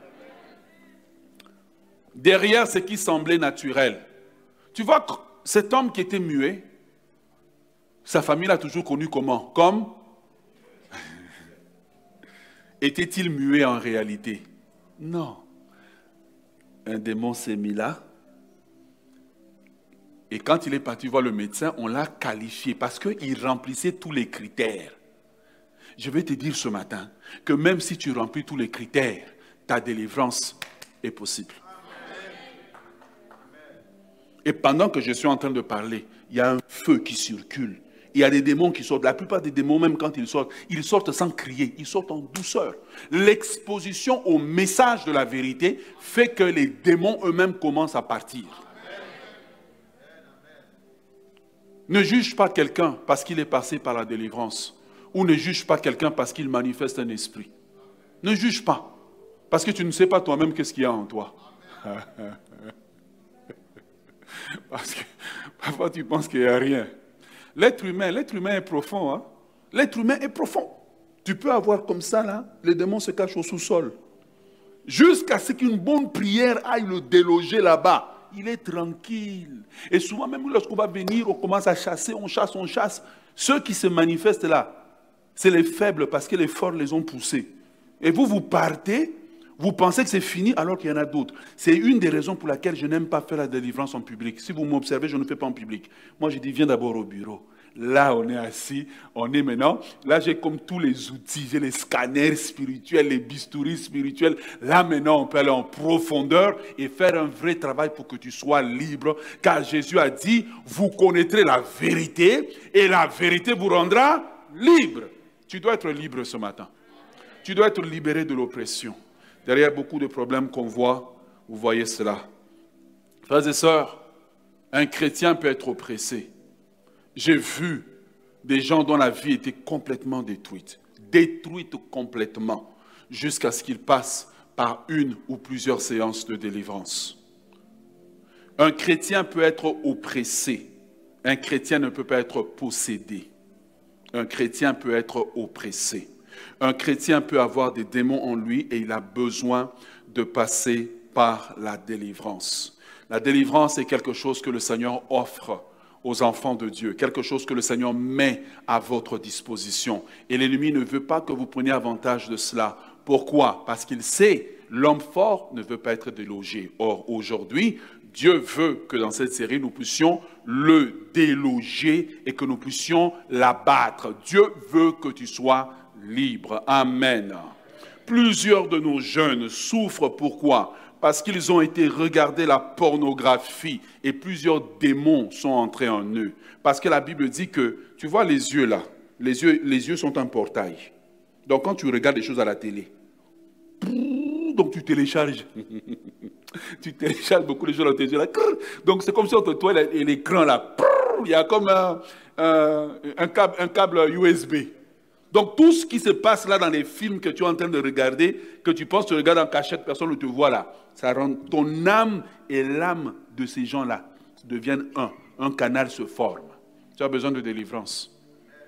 Derrière ce qui semblait naturel. Tu vois, cet homme qui était muet, sa famille l'a toujours connu comment? Comme? Était-il muet en réalité? Non. Un démon s'est mis là. Et quand il est parti voir le médecin, on l'a qualifié parce qu'il remplissait tous les critères. Je vais te dire ce matin que même si tu remplis tous les critères, ta délivrance est possible. Et pendant que je suis en train de parler, il y a un feu qui circule. Il y a des démons qui sortent. La plupart des démons, même quand ils sortent, ils sortent sans crier. Ils sortent en douceur. L'exposition au message de la vérité fait que les démons eux-mêmes commencent à partir. Ne juge pas quelqu'un parce qu'il est passé par la délivrance. Ou ne juge pas quelqu'un parce qu'il manifeste un esprit. Ne juge pas. Parce que tu ne sais pas toi-même qu'est-ce qu'il y a en toi. Parce que parfois tu penses qu'il n'y a rien. L'être humain, l'être humain est profond. Hein? L'être humain est profond. Tu peux avoir comme ça, là, les démons se cachent au sous-sol. Jusqu'à ce qu'une bonne prière aille le déloger là-bas. Il est tranquille. Et souvent, même lorsqu'on va venir, on commence à chasser, on chasse, on chasse. Ceux qui se manifestent là, c'est les faibles parce que les forts les ont poussés. Et vous, vous partez, vous pensez que c'est fini alors qu'il y en a d'autres. C'est une des raisons pour laquelle je n'aime pas faire la délivrance en public. Si vous m'observez, je ne fais pas en public. Moi, je dis, viens d'abord au bureau. Là, on est assis, on est maintenant. Là, j'ai comme tous les outils. J'ai les scanners spirituels, les bistouris spirituels. Là, maintenant, on peut aller en profondeur et faire un vrai travail pour que tu sois libre. Car Jésus a dit, vous connaîtrez la vérité et la vérité vous rendra libre. Tu dois être libre ce matin. Tu dois être libéré de l'oppression. Derrière beaucoup de problèmes qu'on voit, vous voyez cela. Frères et sœurs, un chrétien peut être oppressé. J'ai vu des gens dont la vie était complètement détruite. Détruite complètement. Jusqu'à ce qu'ils passent par une ou plusieurs séances de délivrance. Un chrétien peut être oppressé. Un chrétien ne peut pas être possédé. Un chrétien peut être oppressé. Un chrétien peut avoir des démons en lui et il a besoin de passer par la délivrance. La délivrance est quelque chose que le Seigneur offre aux enfants de Dieu, quelque chose que le Seigneur met à votre disposition. Et l'ennemi ne veut pas que vous preniez avantage de cela. Pourquoi? Parce qu'il sait, l'homme fort ne veut pas être délogé. Or, aujourd'hui, Dieu veut que dans cette série, nous puissions le déloger et que nous puissions l'abattre. Dieu veut que tu sois libre. Amen. Plusieurs de nos jeunes souffrent. Pourquoi? Parce qu'ils ont été regarder la pornographie et plusieurs démons sont entrés en eux. Parce que la Bible dit que, tu vois les yeux là, les yeux, les yeux sont un portail. Donc quand tu regardes des choses à la télé, donc tu télécharges. Tu télécharges beaucoup de choses dans tes yeux là. Donc c'est comme si entre toi et l'écran là, il y a comme un, un, un, câble, un câble U S B. Donc tout ce qui se passe là dans les films que tu es en train de regarder, que tu penses que tu regardes en cachette, personne ne te voit là. Ça rend ton âme et l'âme de ces gens-là deviennent un. Un canal se forme. Tu as besoin de délivrance.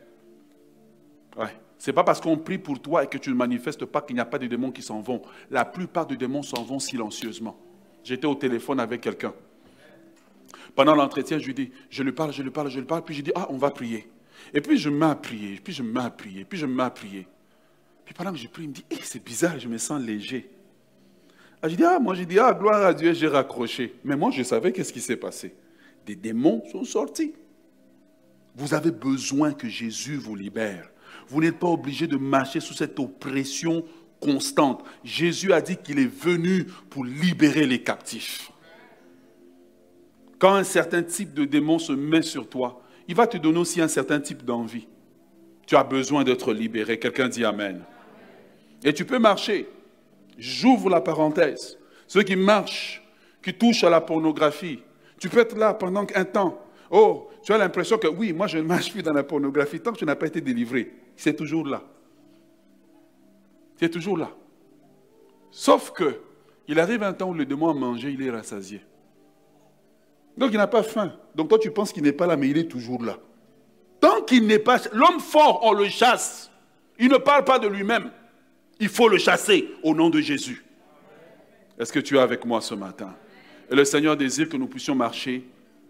Ouais. Ce n'est pas parce qu'on prie pour toi et que tu ne manifestes pas qu'il n'y a pas de démons qui s'en vont. La plupart des démons s'en vont silencieusement. J'étais au téléphone avec quelqu'un. Pendant l'entretien, je lui dis, je lui parle, je lui parle, je lui parle, puis je dis, ah, on va prier. Et puis je me mets à prier, puis je me mets à prier, puis je me mets à prier. Puis pendant que je prie, il me dit, hey, c'est bizarre, je me sens léger. Ah, je dis, ah, moi je dis, ah, gloire à Dieu, j'ai raccroché. Mais moi je savais qu'est-ce qui s'est passé. Des démons sont sortis. Vous avez besoin que Jésus vous libère. Vous n'êtes pas obligé de marcher sous cette oppression constante. Jésus a dit qu'il est venu pour libérer les captifs. Quand un certain type de démon se met sur toi, il va te donner aussi un certain type d'envie. Tu as besoin d'être libéré. Quelqu'un dit Amen. Et tu peux marcher. J'ouvre la parenthèse. Ceux qui marchent, qui touchent à la pornographie, tu peux être là pendant un temps. Oh, tu as l'impression que oui, moi je ne marche plus dans la pornographie tant que tu n'as pas été délivré. C'est toujours là. C'est toujours là. Sauf que, il arrive un temps où le démon a mangé, il est rassasié. Donc il n'a pas faim. Donc toi tu penses qu'il n'est pas là, mais il est toujours là. Tant qu'il n'est pas... L'homme fort, on le chasse. Il ne parle pas de lui-même. Il faut le chasser au nom de Jésus. Est-ce que tu es avec moi ce matin? Et le Seigneur désire que nous puissions marcher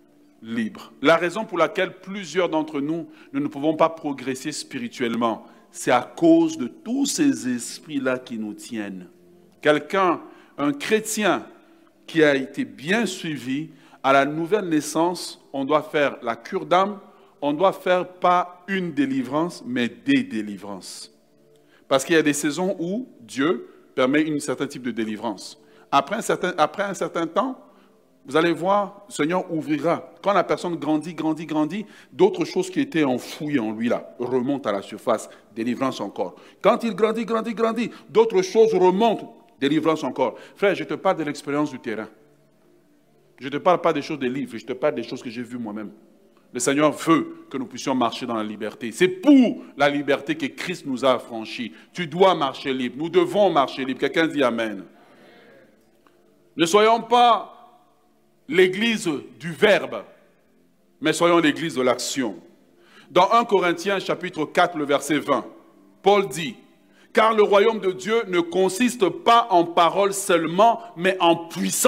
libres. La raison pour laquelle plusieurs d'entre nous, nous ne pouvons pas progresser spirituellement, c'est à cause de tous ces esprits-là qui nous tiennent. Quelqu'un, un chrétien qui a été bien suivi, à la nouvelle naissance, on doit faire la cure d'âme, on doit faire pas une délivrance, mais des délivrances. Parce qu'il y a des saisons où Dieu permet un certain type de délivrance. Après un certain, après un certain temps, vous allez voir, le Seigneur ouvrira. Quand la personne grandit, grandit, grandit, d'autres choses qui étaient enfouies en lui là remontent à la surface, délivrance encore. Quand il grandit, grandit, grandit, d'autres choses remontent, délivrance encore. Frère, je te parle de l'expérience du terrain. Je ne te parle pas des choses des livres, je te parle des choses que j'ai vues moi-même. Le Seigneur veut que nous puissions marcher dans la liberté. C'est pour la liberté que Christ nous a affranchis. Tu dois marcher libre. Nous devons marcher libre. Quelqu'un dit Amen. Ne soyons pas l'église du verbe, mais soyons l'église de l'action. Dans un Corinthiens chapitre quatre, le verset vingt, Paul dit, « Car le royaume de Dieu ne consiste pas en paroles seulement, mais en puissance. »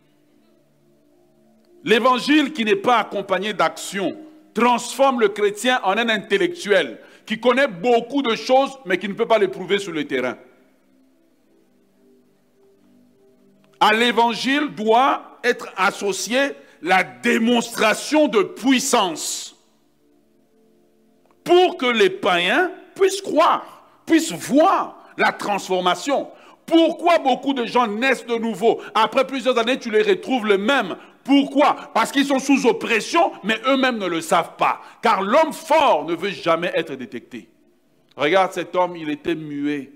L'évangile qui n'est pas accompagné d'action transforme le chrétien en un intellectuel qui connaît beaucoup de choses, mais qui ne peut pas les prouver sur le terrain. À l'évangile doit être associée la démonstration de puissance pour que les païens puissent croire, puissent voir la transformation. Pourquoi beaucoup de gens naissent de nouveau? Après plusieurs années, tu les retrouves les mêmes. Pourquoi? Parce qu'ils sont sous oppression, mais eux-mêmes ne le savent pas. Car l'homme fort ne veut jamais être détecté. Regarde cet homme, il était muet.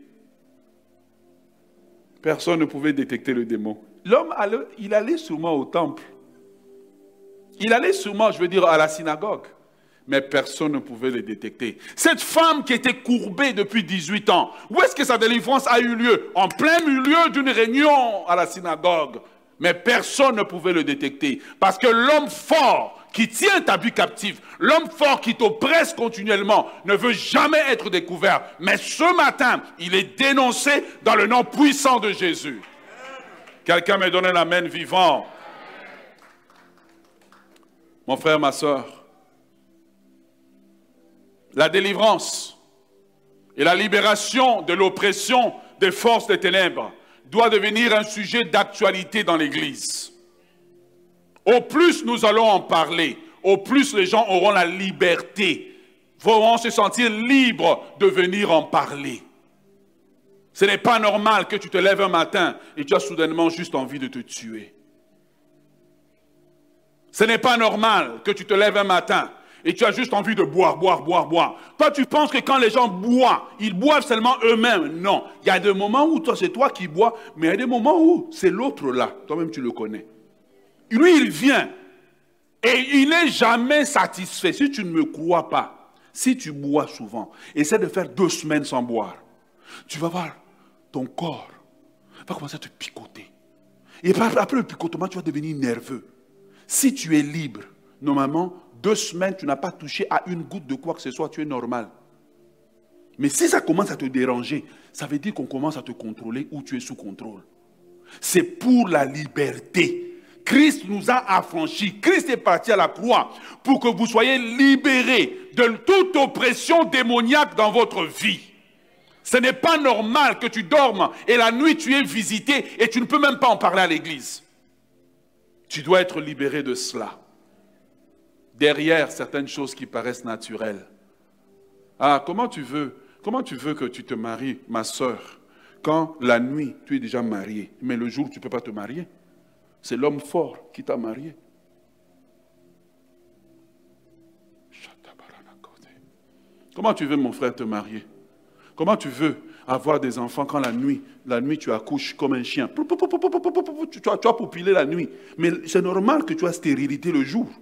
Personne ne pouvait détecter le démon. L'homme, il allait sûrement au temple. Il allait sûrement, je veux dire, à la synagogue. Mais personne ne pouvait le détecter. Cette femme qui était courbée depuis dix-huit ans, où est-ce que sa délivrance a eu lieu? En plein milieu d'une réunion à la synagogue. Mais personne ne pouvait le détecter. Parce que l'homme fort qui tient ta vie captive, l'homme fort qui t'oppresse continuellement, ne veut jamais être découvert. Mais ce matin, il est dénoncé dans le nom puissant de Jésus. Quelqu'un me donne l'amen vivant. Mon frère, ma soeur, la délivrance et la libération de l'oppression des forces des ténèbres doit devenir un sujet d'actualité dans l'Église. Au plus nous allons en parler, au plus les gens auront la liberté, vont se sentir libres de venir en parler. Ce n'est pas normal que tu te lèves un matin et tu as soudainement juste envie de te tuer. Ce n'est pas normal que tu te lèves un matin et tu as juste envie de boire, boire, boire, boire. Toi, tu penses que quand les gens boivent, ils boivent seulement eux-mêmes. Non. Il y a des moments où toi, c'est toi qui bois, mais il y a des moments où c'est l'autre là. Toi-même, tu le connais. Lui, il vient et il n'est jamais satisfait. Si tu ne me crois pas, si tu bois souvent, essaie de faire deux semaines sans boire. Tu vas voir, ton corps va commencer à te picoter. Et après le picotement, tu vas devenir nerveux. Si tu es libre, normalement, deux semaines, tu n'as pas touché à une goutte de quoi que ce soit, tu es normal. Mais si ça commence à te déranger, ça veut dire qu'on commence à te contrôler ou tu es sous contrôle. C'est pour la liberté. Christ nous a affranchis. Christ est parti à la croix pour que vous soyez libérés de toute oppression démoniaque dans votre vie. Ce n'est pas normal que tu dormes et la nuit tu es visité et tu ne peux même pas en parler à l'église. Tu dois être libéré de cela. Derrière certaines choses qui paraissent naturelles. Ah, comment tu veux, comment tu veux que tu te maries, ma soeur, quand la nuit tu es déjà marié, mais le jour tu ne peux pas te marier? C'est l'homme fort qui t'a marié. Comment tu veux, mon frère, te marier? Comment tu veux avoir des enfants quand la nuit, la nuit tu accouches comme un chien? Tu, tu, as, tu as pupillé la nuit. Mais c'est normal que tu as stérilité le jour.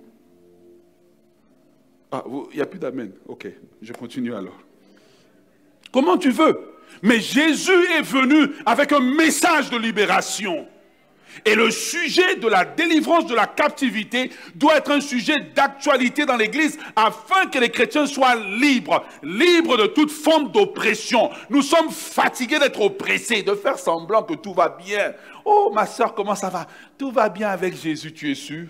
Ah, il n'y a plus d'amen. Ok, je continue alors. Comment tu veux? Mais Jésus est venu avec un message de libération. Et le sujet de la délivrance de la captivité doit être un sujet d'actualité dans l'Église afin que les chrétiens soient libres, libres de toute forme d'oppression. Nous sommes fatigués d'être oppressés, de faire semblant que tout va bien. Oh ma soeur, comment ça va? Tout va bien avec Jésus, tu es sûr?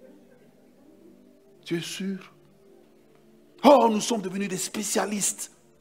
Tu es sûr? Oh, nous sommes devenus des spécialistes.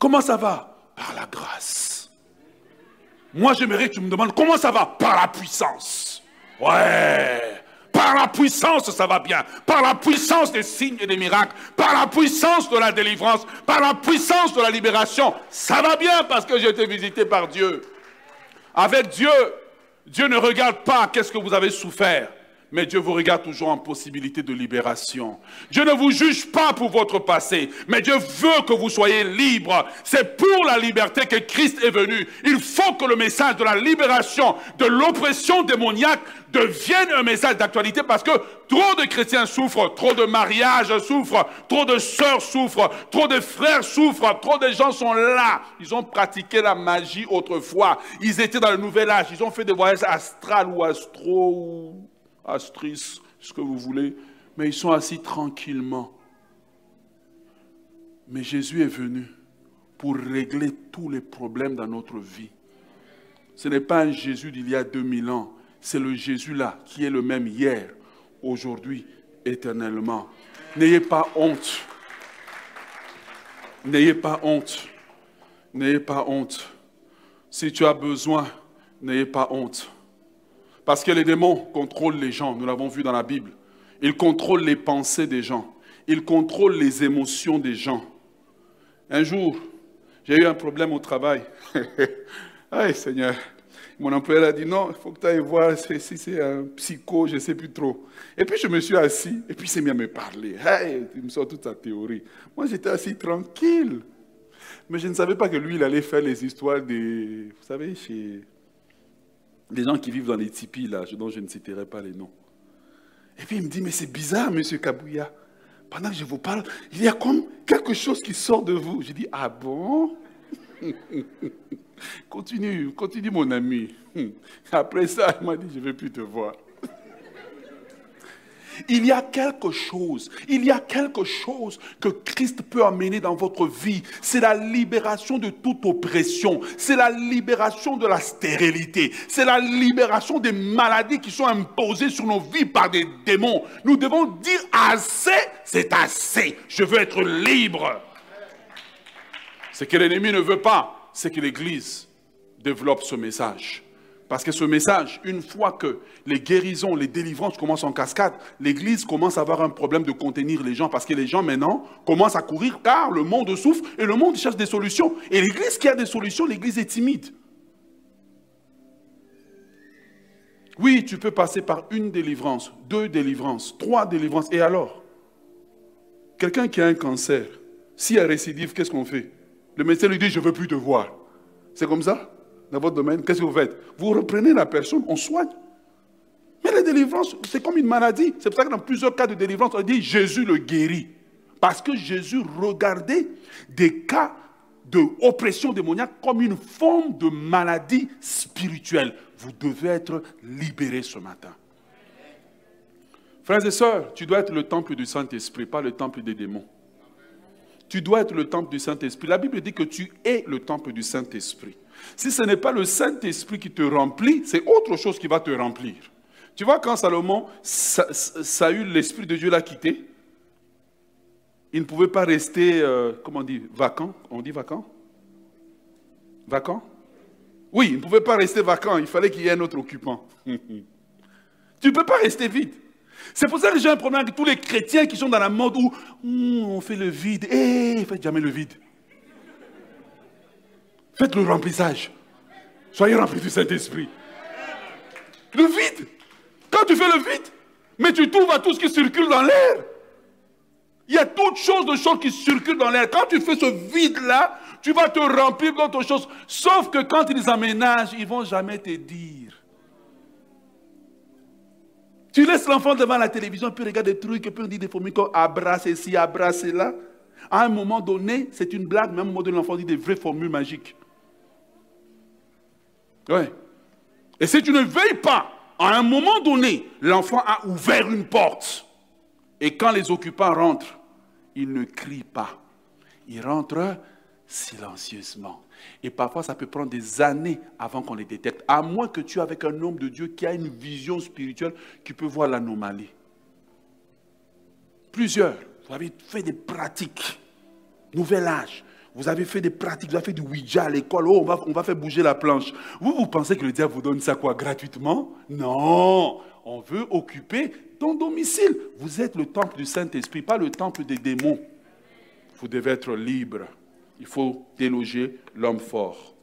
Comment ça va? Par la grâce. Moi, j'aimerais que tu me demandes, comment ça va? Par la puissance. Ouais. Par la puissance, ça va bien. Par la puissance des signes et des miracles. Par la puissance de la délivrance. Par la puissance de la libération. Ça va bien parce que j'ai été visité par Dieu. Avec Dieu, Dieu ne regarde pas qu'est-ce que vous avez souffert. Mais Dieu vous regarde toujours en possibilité de libération. Dieu ne vous juge pas pour votre passé, mais Dieu veut que vous soyez libre. C'est pour la liberté que Christ est venu. Il faut que le message de la libération, de l'oppression démoniaque devienne un message d'actualité parce que trop de chrétiens souffrent, trop de mariages souffrent, trop de sœurs souffrent, trop de frères souffrent, trop de gens sont là. Ils ont pratiqué la magie autrefois. Ils étaient dans le nouvel âge. Ils ont fait des voyages astrales ou astro ou... Astris, ce que vous voulez, mais ils sont assis tranquillement. Mais Jésus est venu pour régler tous les problèmes dans notre vie. Ce n'est pas un Jésus d'il y a deux mille ans, c'est le Jésus là qui est le même hier, aujourd'hui, éternellement. N'ayez pas honte. N'ayez pas honte. N'ayez pas honte. Si tu as besoin, n'ayez pas honte. Parce que les démons contrôlent les gens, nous l'avons vu dans la Bible. Ils contrôlent les pensées des gens. Ils contrôlent les émotions des gens. Un jour, j'ai eu un problème au travail. Aïe Seigneur, mon employeur a dit non, il faut que tu ailles voir si c'est un psycho, je ne sais plus trop. Et puis je me suis assis, et puis il s'est mis à me parler. Hey, il me sort toute sa théorie. Moi j'étais assis tranquille. Mais je ne savais pas que lui, il allait faire les histoires des... Vous savez, chez... les gens qui vivent dans les tipis, là, dont je ne citerai pas les noms. Et puis il me dit, mais c'est bizarre, monsieur Kabouya. Pendant que je vous parle, il y a comme quelque chose qui sort de vous. Je dis, ah bon? Continue, continue mon ami. Après ça, il m'a dit, je ne vais plus te voir. Il y a quelque chose, il y a quelque chose que Christ peut amener dans votre vie. C'est la libération de toute oppression. C'est la libération de la stérilité. C'est la libération des maladies qui sont imposées sur nos vies par des démons. Nous devons dire assez, c'est assez. Je veux être libre. Ce que l'ennemi ne veut pas, c'est que l'Église développe ce message. Parce que ce message, une fois que les guérisons, les délivrances commencent en cascade, l'Église commence à avoir un problème de contenir les gens. Parce que les gens maintenant commencent à courir car le monde souffre et le monde cherche des solutions. Et l'Église qui a des solutions, l'Église est timide. Oui, tu peux passer par une délivrance, deux délivrances, trois délivrances. Et alors? Quelqu'un qui a un cancer, s'il y a récidive, qu'est-ce qu'on fait? Le médecin lui dit, je ne veux plus te voir. C'est comme ça? Dans votre domaine, qu'est-ce que vous faites? Vous reprenez la personne, on soigne. Mais la délivrance, c'est comme une maladie. C'est pour ça que dans plusieurs cas de délivrance, on dit Jésus le guérit. Parce que Jésus regardait des cas d'oppression démoniaque comme une forme de maladie spirituelle. Vous devez être libérés ce matin. Frères et sœurs, tu dois être le temple du Saint-Esprit, pas le temple des démons. Tu dois être le temple du Saint-Esprit. La Bible dit que tu es le temple du Saint-Esprit. Si ce n'est pas le Saint-Esprit qui te remplit, c'est autre chose qui va te remplir. Tu vois, quand Salomon, Saül, l'Esprit de Dieu l'a quitté, il ne pouvait pas rester, euh, comment on dit, vacant. On dit vacant? Vacant? Oui, il ne pouvait pas rester vacant, il fallait qu'il y ait un autre occupant. Tu ne peux pas rester vide. C'est pour ça que j'ai un problème avec tous les chrétiens qui sont dans la mode où mm, on fait le vide. Eh, hey, faites jamais le vide. Faites le remplissage. Soyez remplis du Saint-Esprit. Le vide. Quand tu fais le vide, mais tu trouves à tout ce qui circule dans l'air. Il y a toutes sortes de choses qui circulent dans l'air. Quand tu fais ce vide-là, tu vas te remplir d'autres choses. Sauf que quand ils aménagent, ils ne vont jamais te dire. Tu laisses l'enfant devant la télévision, puis regarde des trucs, et puis on dit des formules comme abrace ici, abrace là. À un moment donné, c'est une blague, mais à un moment donné, l'enfant dit des vraies formules magiques. Ouais. Et si tu ne veilles pas, à un moment donné, l'enfant a ouvert une porte. Et quand les occupants rentrent, ils ne crient pas. Ils rentrent silencieusement. Et parfois, ça peut prendre des années avant qu'on les détecte. À moins que tu aies avec un homme de Dieu qui a une vision spirituelle qui peut voir l'anomalie. Plusieurs, vous avez fait des pratiques. Nouvel âge. Vous avez fait des pratiques, vous avez fait du Ouija à l'école, oh, on va, on va faire bouger la planche. Vous, vous pensez que le diable vous donne ça quoi, gratuitement? Non, on veut occuper ton domicile. Vous êtes le temple du Saint-Esprit, pas le temple des démons. Vous devez être libre. Il faut déloger l'homme fort.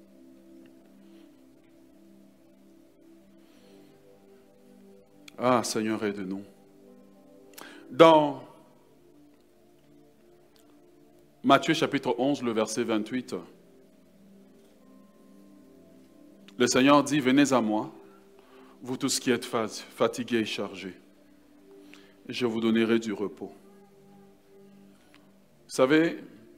Ah, Seigneur, aide-nous. Dans Matthieu chapitre onze, le verset vingt-huit, le Seigneur dit, venez à moi, vous tous qui êtes fatigués et chargés, et je vous donnerai du repos. Vous savez,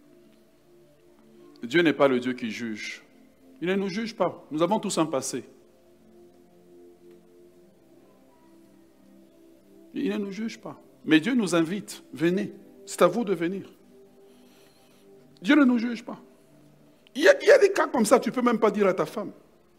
Dieu n'est pas le Dieu qui juge. Il ne nous juge pas. Nous avons tous un passé. Il ne nous juge pas. Mais Dieu nous invite. Venez. C'est à vous de venir. Dieu ne nous juge pas. Il y a, il y a des cas comme ça, tu ne peux même pas dire à ta femme.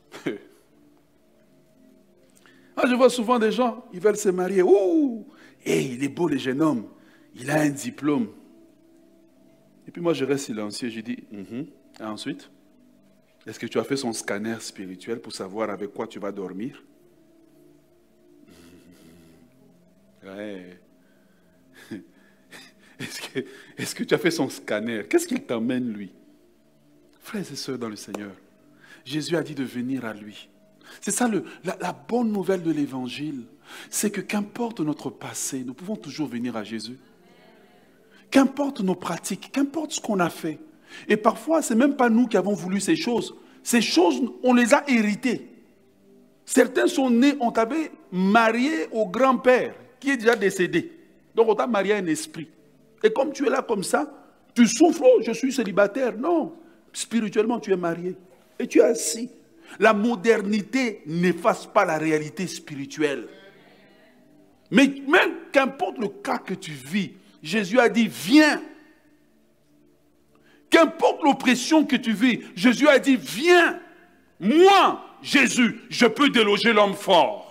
Ah, je vois souvent des gens, ils veulent se marier. Ouh, hey, il est beau le jeune homme. Il a un diplôme. Et puis moi, je reste silencieux. Je dis, mm-hmm. Et ensuite, est-ce que tu as fait son scanner spirituel pour savoir avec quoi tu vas dormir? Ouais. Est-ce que, est-ce que tu as fait son scanner? Qu'est-ce qu'il t'emmène, lui? Frères et sœurs dans le Seigneur, Jésus a dit de venir à lui. C'est ça le, la, la bonne nouvelle de l'Évangile. C'est que qu'importe notre passé, nous pouvons toujours venir à Jésus. Qu'importe nos pratiques, qu'importe ce qu'on a fait. Et parfois, ce n'est même pas nous qui avons voulu ces choses. Ces choses, on les a héritées. Certains sont nés, on t'avait marié au grand-père qui est déjà décédé. Donc on t'a marié à un esprit. Et comme tu es là comme ça, tu souffres, oh, je suis célibataire. Non, spirituellement tu es marié. Et tu es assis. La modernité n'efface pas la réalité spirituelle. Mais même qu'importe le cas que tu vis, Jésus a dit, viens. Qu'importe l'oppression que tu vis, Jésus a dit, viens. Moi, Jésus, je peux déloger l'homme fort.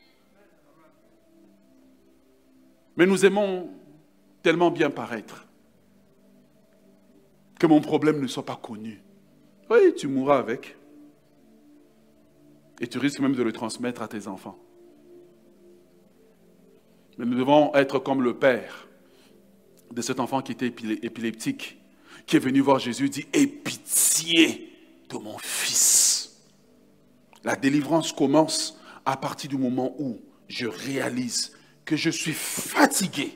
Mais nous aimons tellement bien paraître que mon problème ne soit pas connu. Oui, tu mourras avec. Et tu risques même de le transmettre à tes enfants. Mais nous devons être comme le père de cet enfant qui était épileptique, qui est venu voir Jésus et dit, aie pitié de mon fils. La délivrance commence à partir du moment où je réalise que je suis fatigué.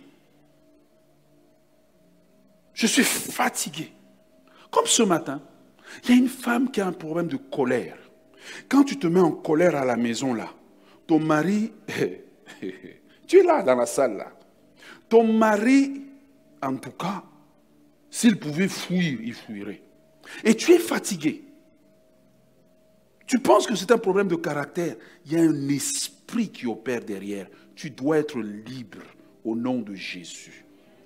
Je suis fatigué. Comme ce matin, il y a une femme qui a un problème de colère. Quand tu te mets en colère à la maison là, ton mari, tu es là dans la salle là, ton mari, en tout cas, s'il pouvait fuir, il fuirait. Et tu es fatigué. Tu penses que c'est un problème de caractère. Il y a un esprit qui opère derrière. Tu dois être libre au nom de Jésus.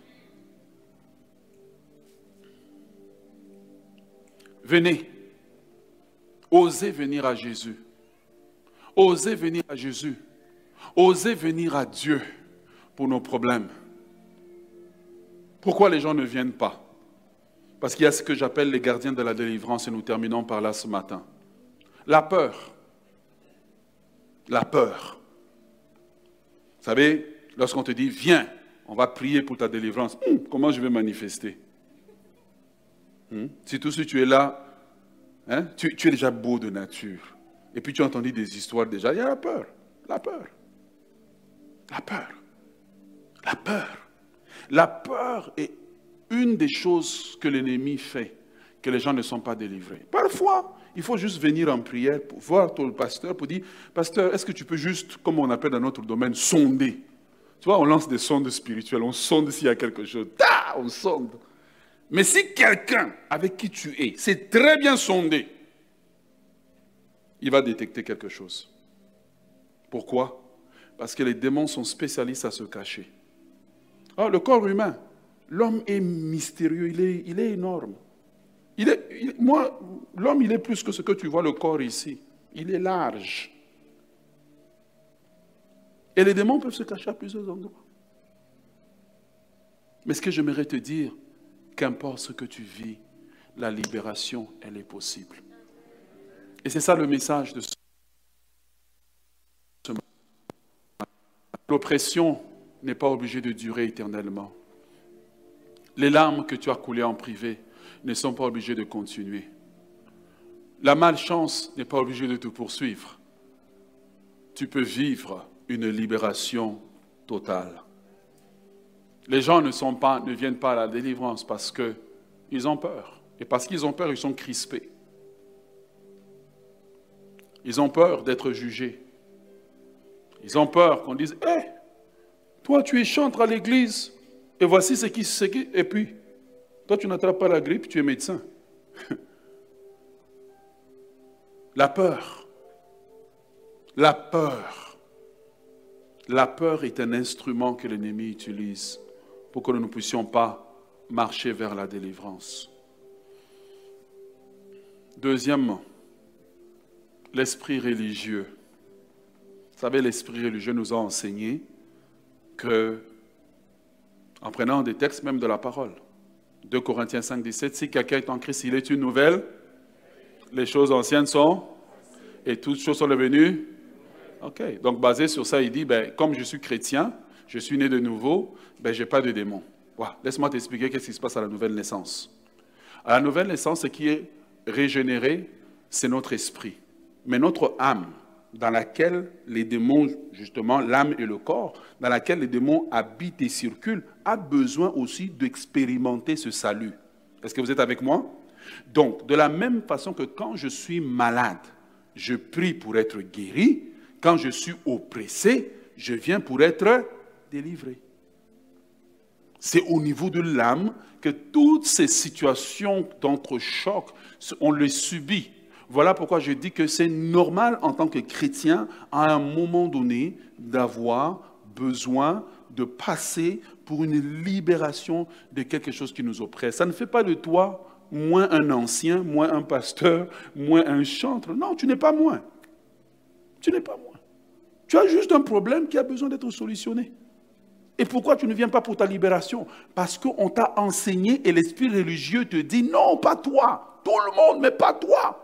Venez. Osez venir à Jésus. Osez venir à Jésus. Osez venir à Dieu pour nos problèmes. Pourquoi les gens ne viennent pas? Parce qu'il y a ce que j'appelle les gardiens de la délivrance et nous terminons par là ce matin. La peur. La peur. Vous savez, lorsqu'on te dit, viens, on va prier pour ta délivrance. Hum, comment je vais manifester? Hum, si tout si tu es là, hein, tu, tu es déjà beau de nature. Et puis tu as entendu des histoires déjà, il y a la peur. La peur. La peur. La peur. La peur est une des choses que l'ennemi fait, que les gens ne sont pas délivrés. Parfois, il faut juste venir en prière pour voir ton pasteur, pour dire, pasteur, est-ce que tu peux juste, comme on appelle dans notre domaine, sonder? Tu vois, on lance des sondes spirituelles, on sonde s'il y a quelque chose. Ta, on sonde. Mais si quelqu'un avec qui tu es, c'est très bien sondé, il va détecter quelque chose. Pourquoi? Parce que les démons sont spécialistes à se cacher. Oh, le corps humain, l'homme est mystérieux, il est, il est énorme. Il est, il, moi, l'homme, il est plus que ce que tu vois, le corps ici. Il est large. Et les démons peuvent se cacher à plusieurs endroits. Mais ce que j'aimerais te dire, qu'importe ce que tu vis, la libération, elle est possible. Et c'est ça le message de ce matin. L'oppression n'est pas obligée de durer éternellement. Les larmes que tu as coulées en privé ne sont pas obligées de continuer. La malchance n'est pas obligée de te poursuivre. Tu peux vivre une libération totale. Les gens ne, sont pas, ne viennent pas à la délivrance parce qu'ils ont peur. Et parce qu'ils ont peur, ils sont crispés. Ils ont peur d'être jugés. Ils ont peur qu'on dise « Hé, hey, toi tu es chantre à l'église, et voici ce qui se qui... » Et puis, toi tu n'attrapes pas la grippe, tu es médecin. La peur. La peur. La peur est un instrument que l'ennemi utilise pour que nous ne puissions pas marcher vers la délivrance. Deuxièmement, l'esprit religieux. Vous savez, l'esprit religieux nous a enseigné que, en prenant des textes même de la parole, deux Corinthiens cinq, dix-sept, si quelqu'un est en Christ, il est une nouvelle, les choses anciennes sont, et toutes choses sont devenues. Ok, donc basé sur ça, il dit, ben, comme je suis chrétien, je suis né de nouveau, ben, je n'ai pas de démons. Wow. Laisse-moi t'expliquer qu'est-ce qui se passe à la nouvelle naissance. À la nouvelle naissance, ce qui est régénéré, c'est notre esprit. Mais notre âme, dans laquelle les démons, justement, l'âme et le corps, dans laquelle les démons habitent et circulent, a besoin aussi d'expérimenter ce salut. Est-ce que vous êtes avec moi? Donc, de la même façon que quand je suis malade, je prie pour être guéri, quand je suis oppressé, je viens pour être délivré. C'est au niveau de l'âme que toutes ces situations d'entrechoc, on les subit. Voilà pourquoi je dis que c'est normal en tant que chrétien, à un moment donné, d'avoir besoin de passer pour une libération de quelque chose qui nous oppresse. Ça ne fait pas de toi moins un ancien, moins un pasteur, moins un chantre. Non, tu n'es pas moins. Tu n'es pas moins. Tu as juste un problème qui a besoin d'être solutionné. Et pourquoi tu ne viens pas pour ta libération? Parce qu'on t'a enseigné et l'esprit religieux te dit non, pas toi. Tout le monde, mais pas toi.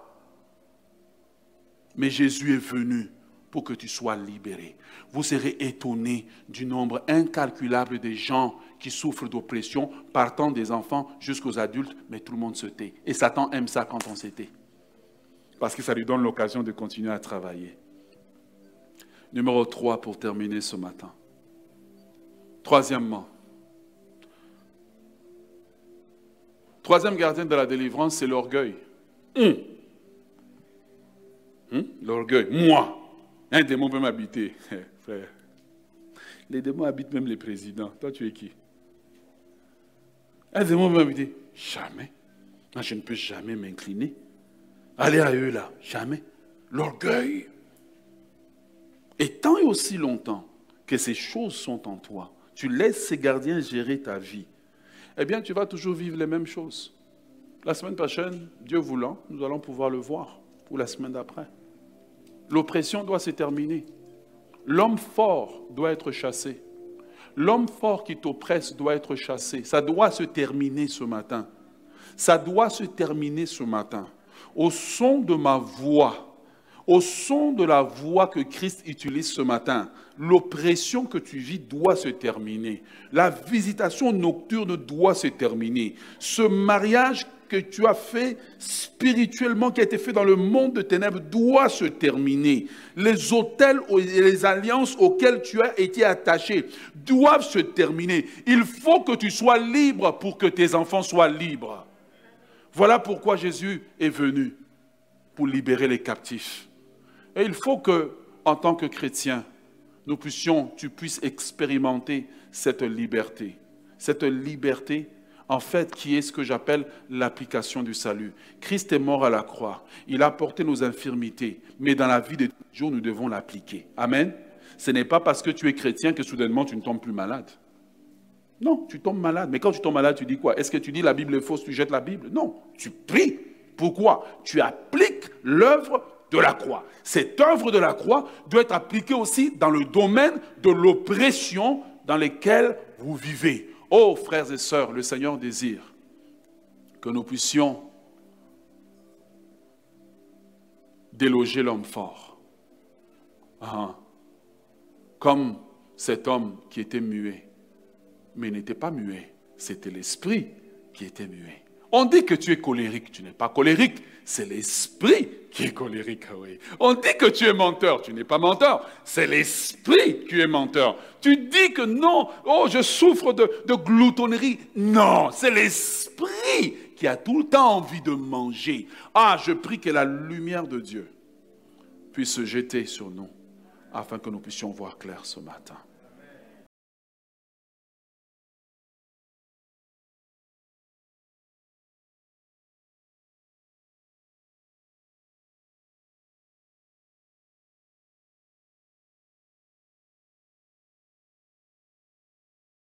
Mais Jésus est venu pour que tu sois libéré. Vous serez étonnés du nombre incalculable de gens qui souffrent d'oppression, partant des enfants jusqu'aux adultes, mais tout le monde se tait. Et Satan aime ça quand on se tait. Parce que ça lui donne l'occasion de continuer à travailler. Numéro trois pour terminer ce matin. Troisièmement. Troisième gardien de la délivrance, c'est l'orgueil. Hum. Hum? L'orgueil. Moi. Un démon peut m'habiter. Frère. Les démons habitent même les présidents. Toi, tu es qui? Un démon peut m'habiter. Jamais. Moi, je ne peux jamais m'incliner. Allez à eux là. Jamais. L'orgueil. Et tant et aussi longtemps que ces choses sont en toi, tu laisses ces gardiens gérer ta vie, eh bien, tu vas toujours vivre les mêmes choses. La semaine prochaine, Dieu voulant, nous allons pouvoir le voir, ou la semaine d'après. L'oppression doit se terminer. L'homme fort doit être chassé. L'homme fort qui t'oppresse doit être chassé. Ça doit se terminer ce matin. Ça doit se terminer ce matin. Au son de ma voix, au son de la voix que Christ utilise ce matin, l'oppression que tu vis doit se terminer. La visitation nocturne doit se terminer. Ce mariage que tu as fait spirituellement, qui a été fait dans le monde de ténèbres, doit se terminer. Les autels et les alliances auxquelles tu as été attaché doivent se terminer. Il faut que tu sois libre pour que tes enfants soient libres. Voilà pourquoi Jésus est venu, pour libérer les captifs. Et il faut que, en tant que chrétien, nous puissions, tu puisses expérimenter cette liberté. Cette liberté, en fait, qui est ce que j'appelle l'application du salut. Christ est mort à la croix. Il a porté nos infirmités. Mais dans la vie de tous les jours, nous devons l'appliquer. Amen. Ce n'est pas parce que tu es chrétien que soudainement tu ne tombes plus malade. Non, tu tombes malade. Mais quand tu tombes malade, tu dis quoi? Est-ce que tu dis la Bible est fausse, tu jettes la Bible? Non, tu pries. Pourquoi? Tu appliques l'œuvre de la croix. Cette œuvre de la croix doit être appliquée aussi dans le domaine de l'oppression dans lequel vous vivez. Oh, frères et sœurs, le Seigneur désire que nous puissions déloger l'homme fort. Ah, comme cet homme qui était muet, mais il n'était pas muet, c'était l'esprit qui était muet. On dit que tu es colérique, tu n'es pas colérique, c'est l'esprit qui est colérique. Oui. On dit que tu es menteur, tu n'es pas menteur, c'est l'esprit qui est menteur. Tu dis que non, oh je souffre de, de gloutonnerie, non, c'est l'esprit qui a tout le temps envie de manger. Ah, je prie que la lumière de Dieu puisse se jeter sur nous afin que nous puissions voir clair ce matin.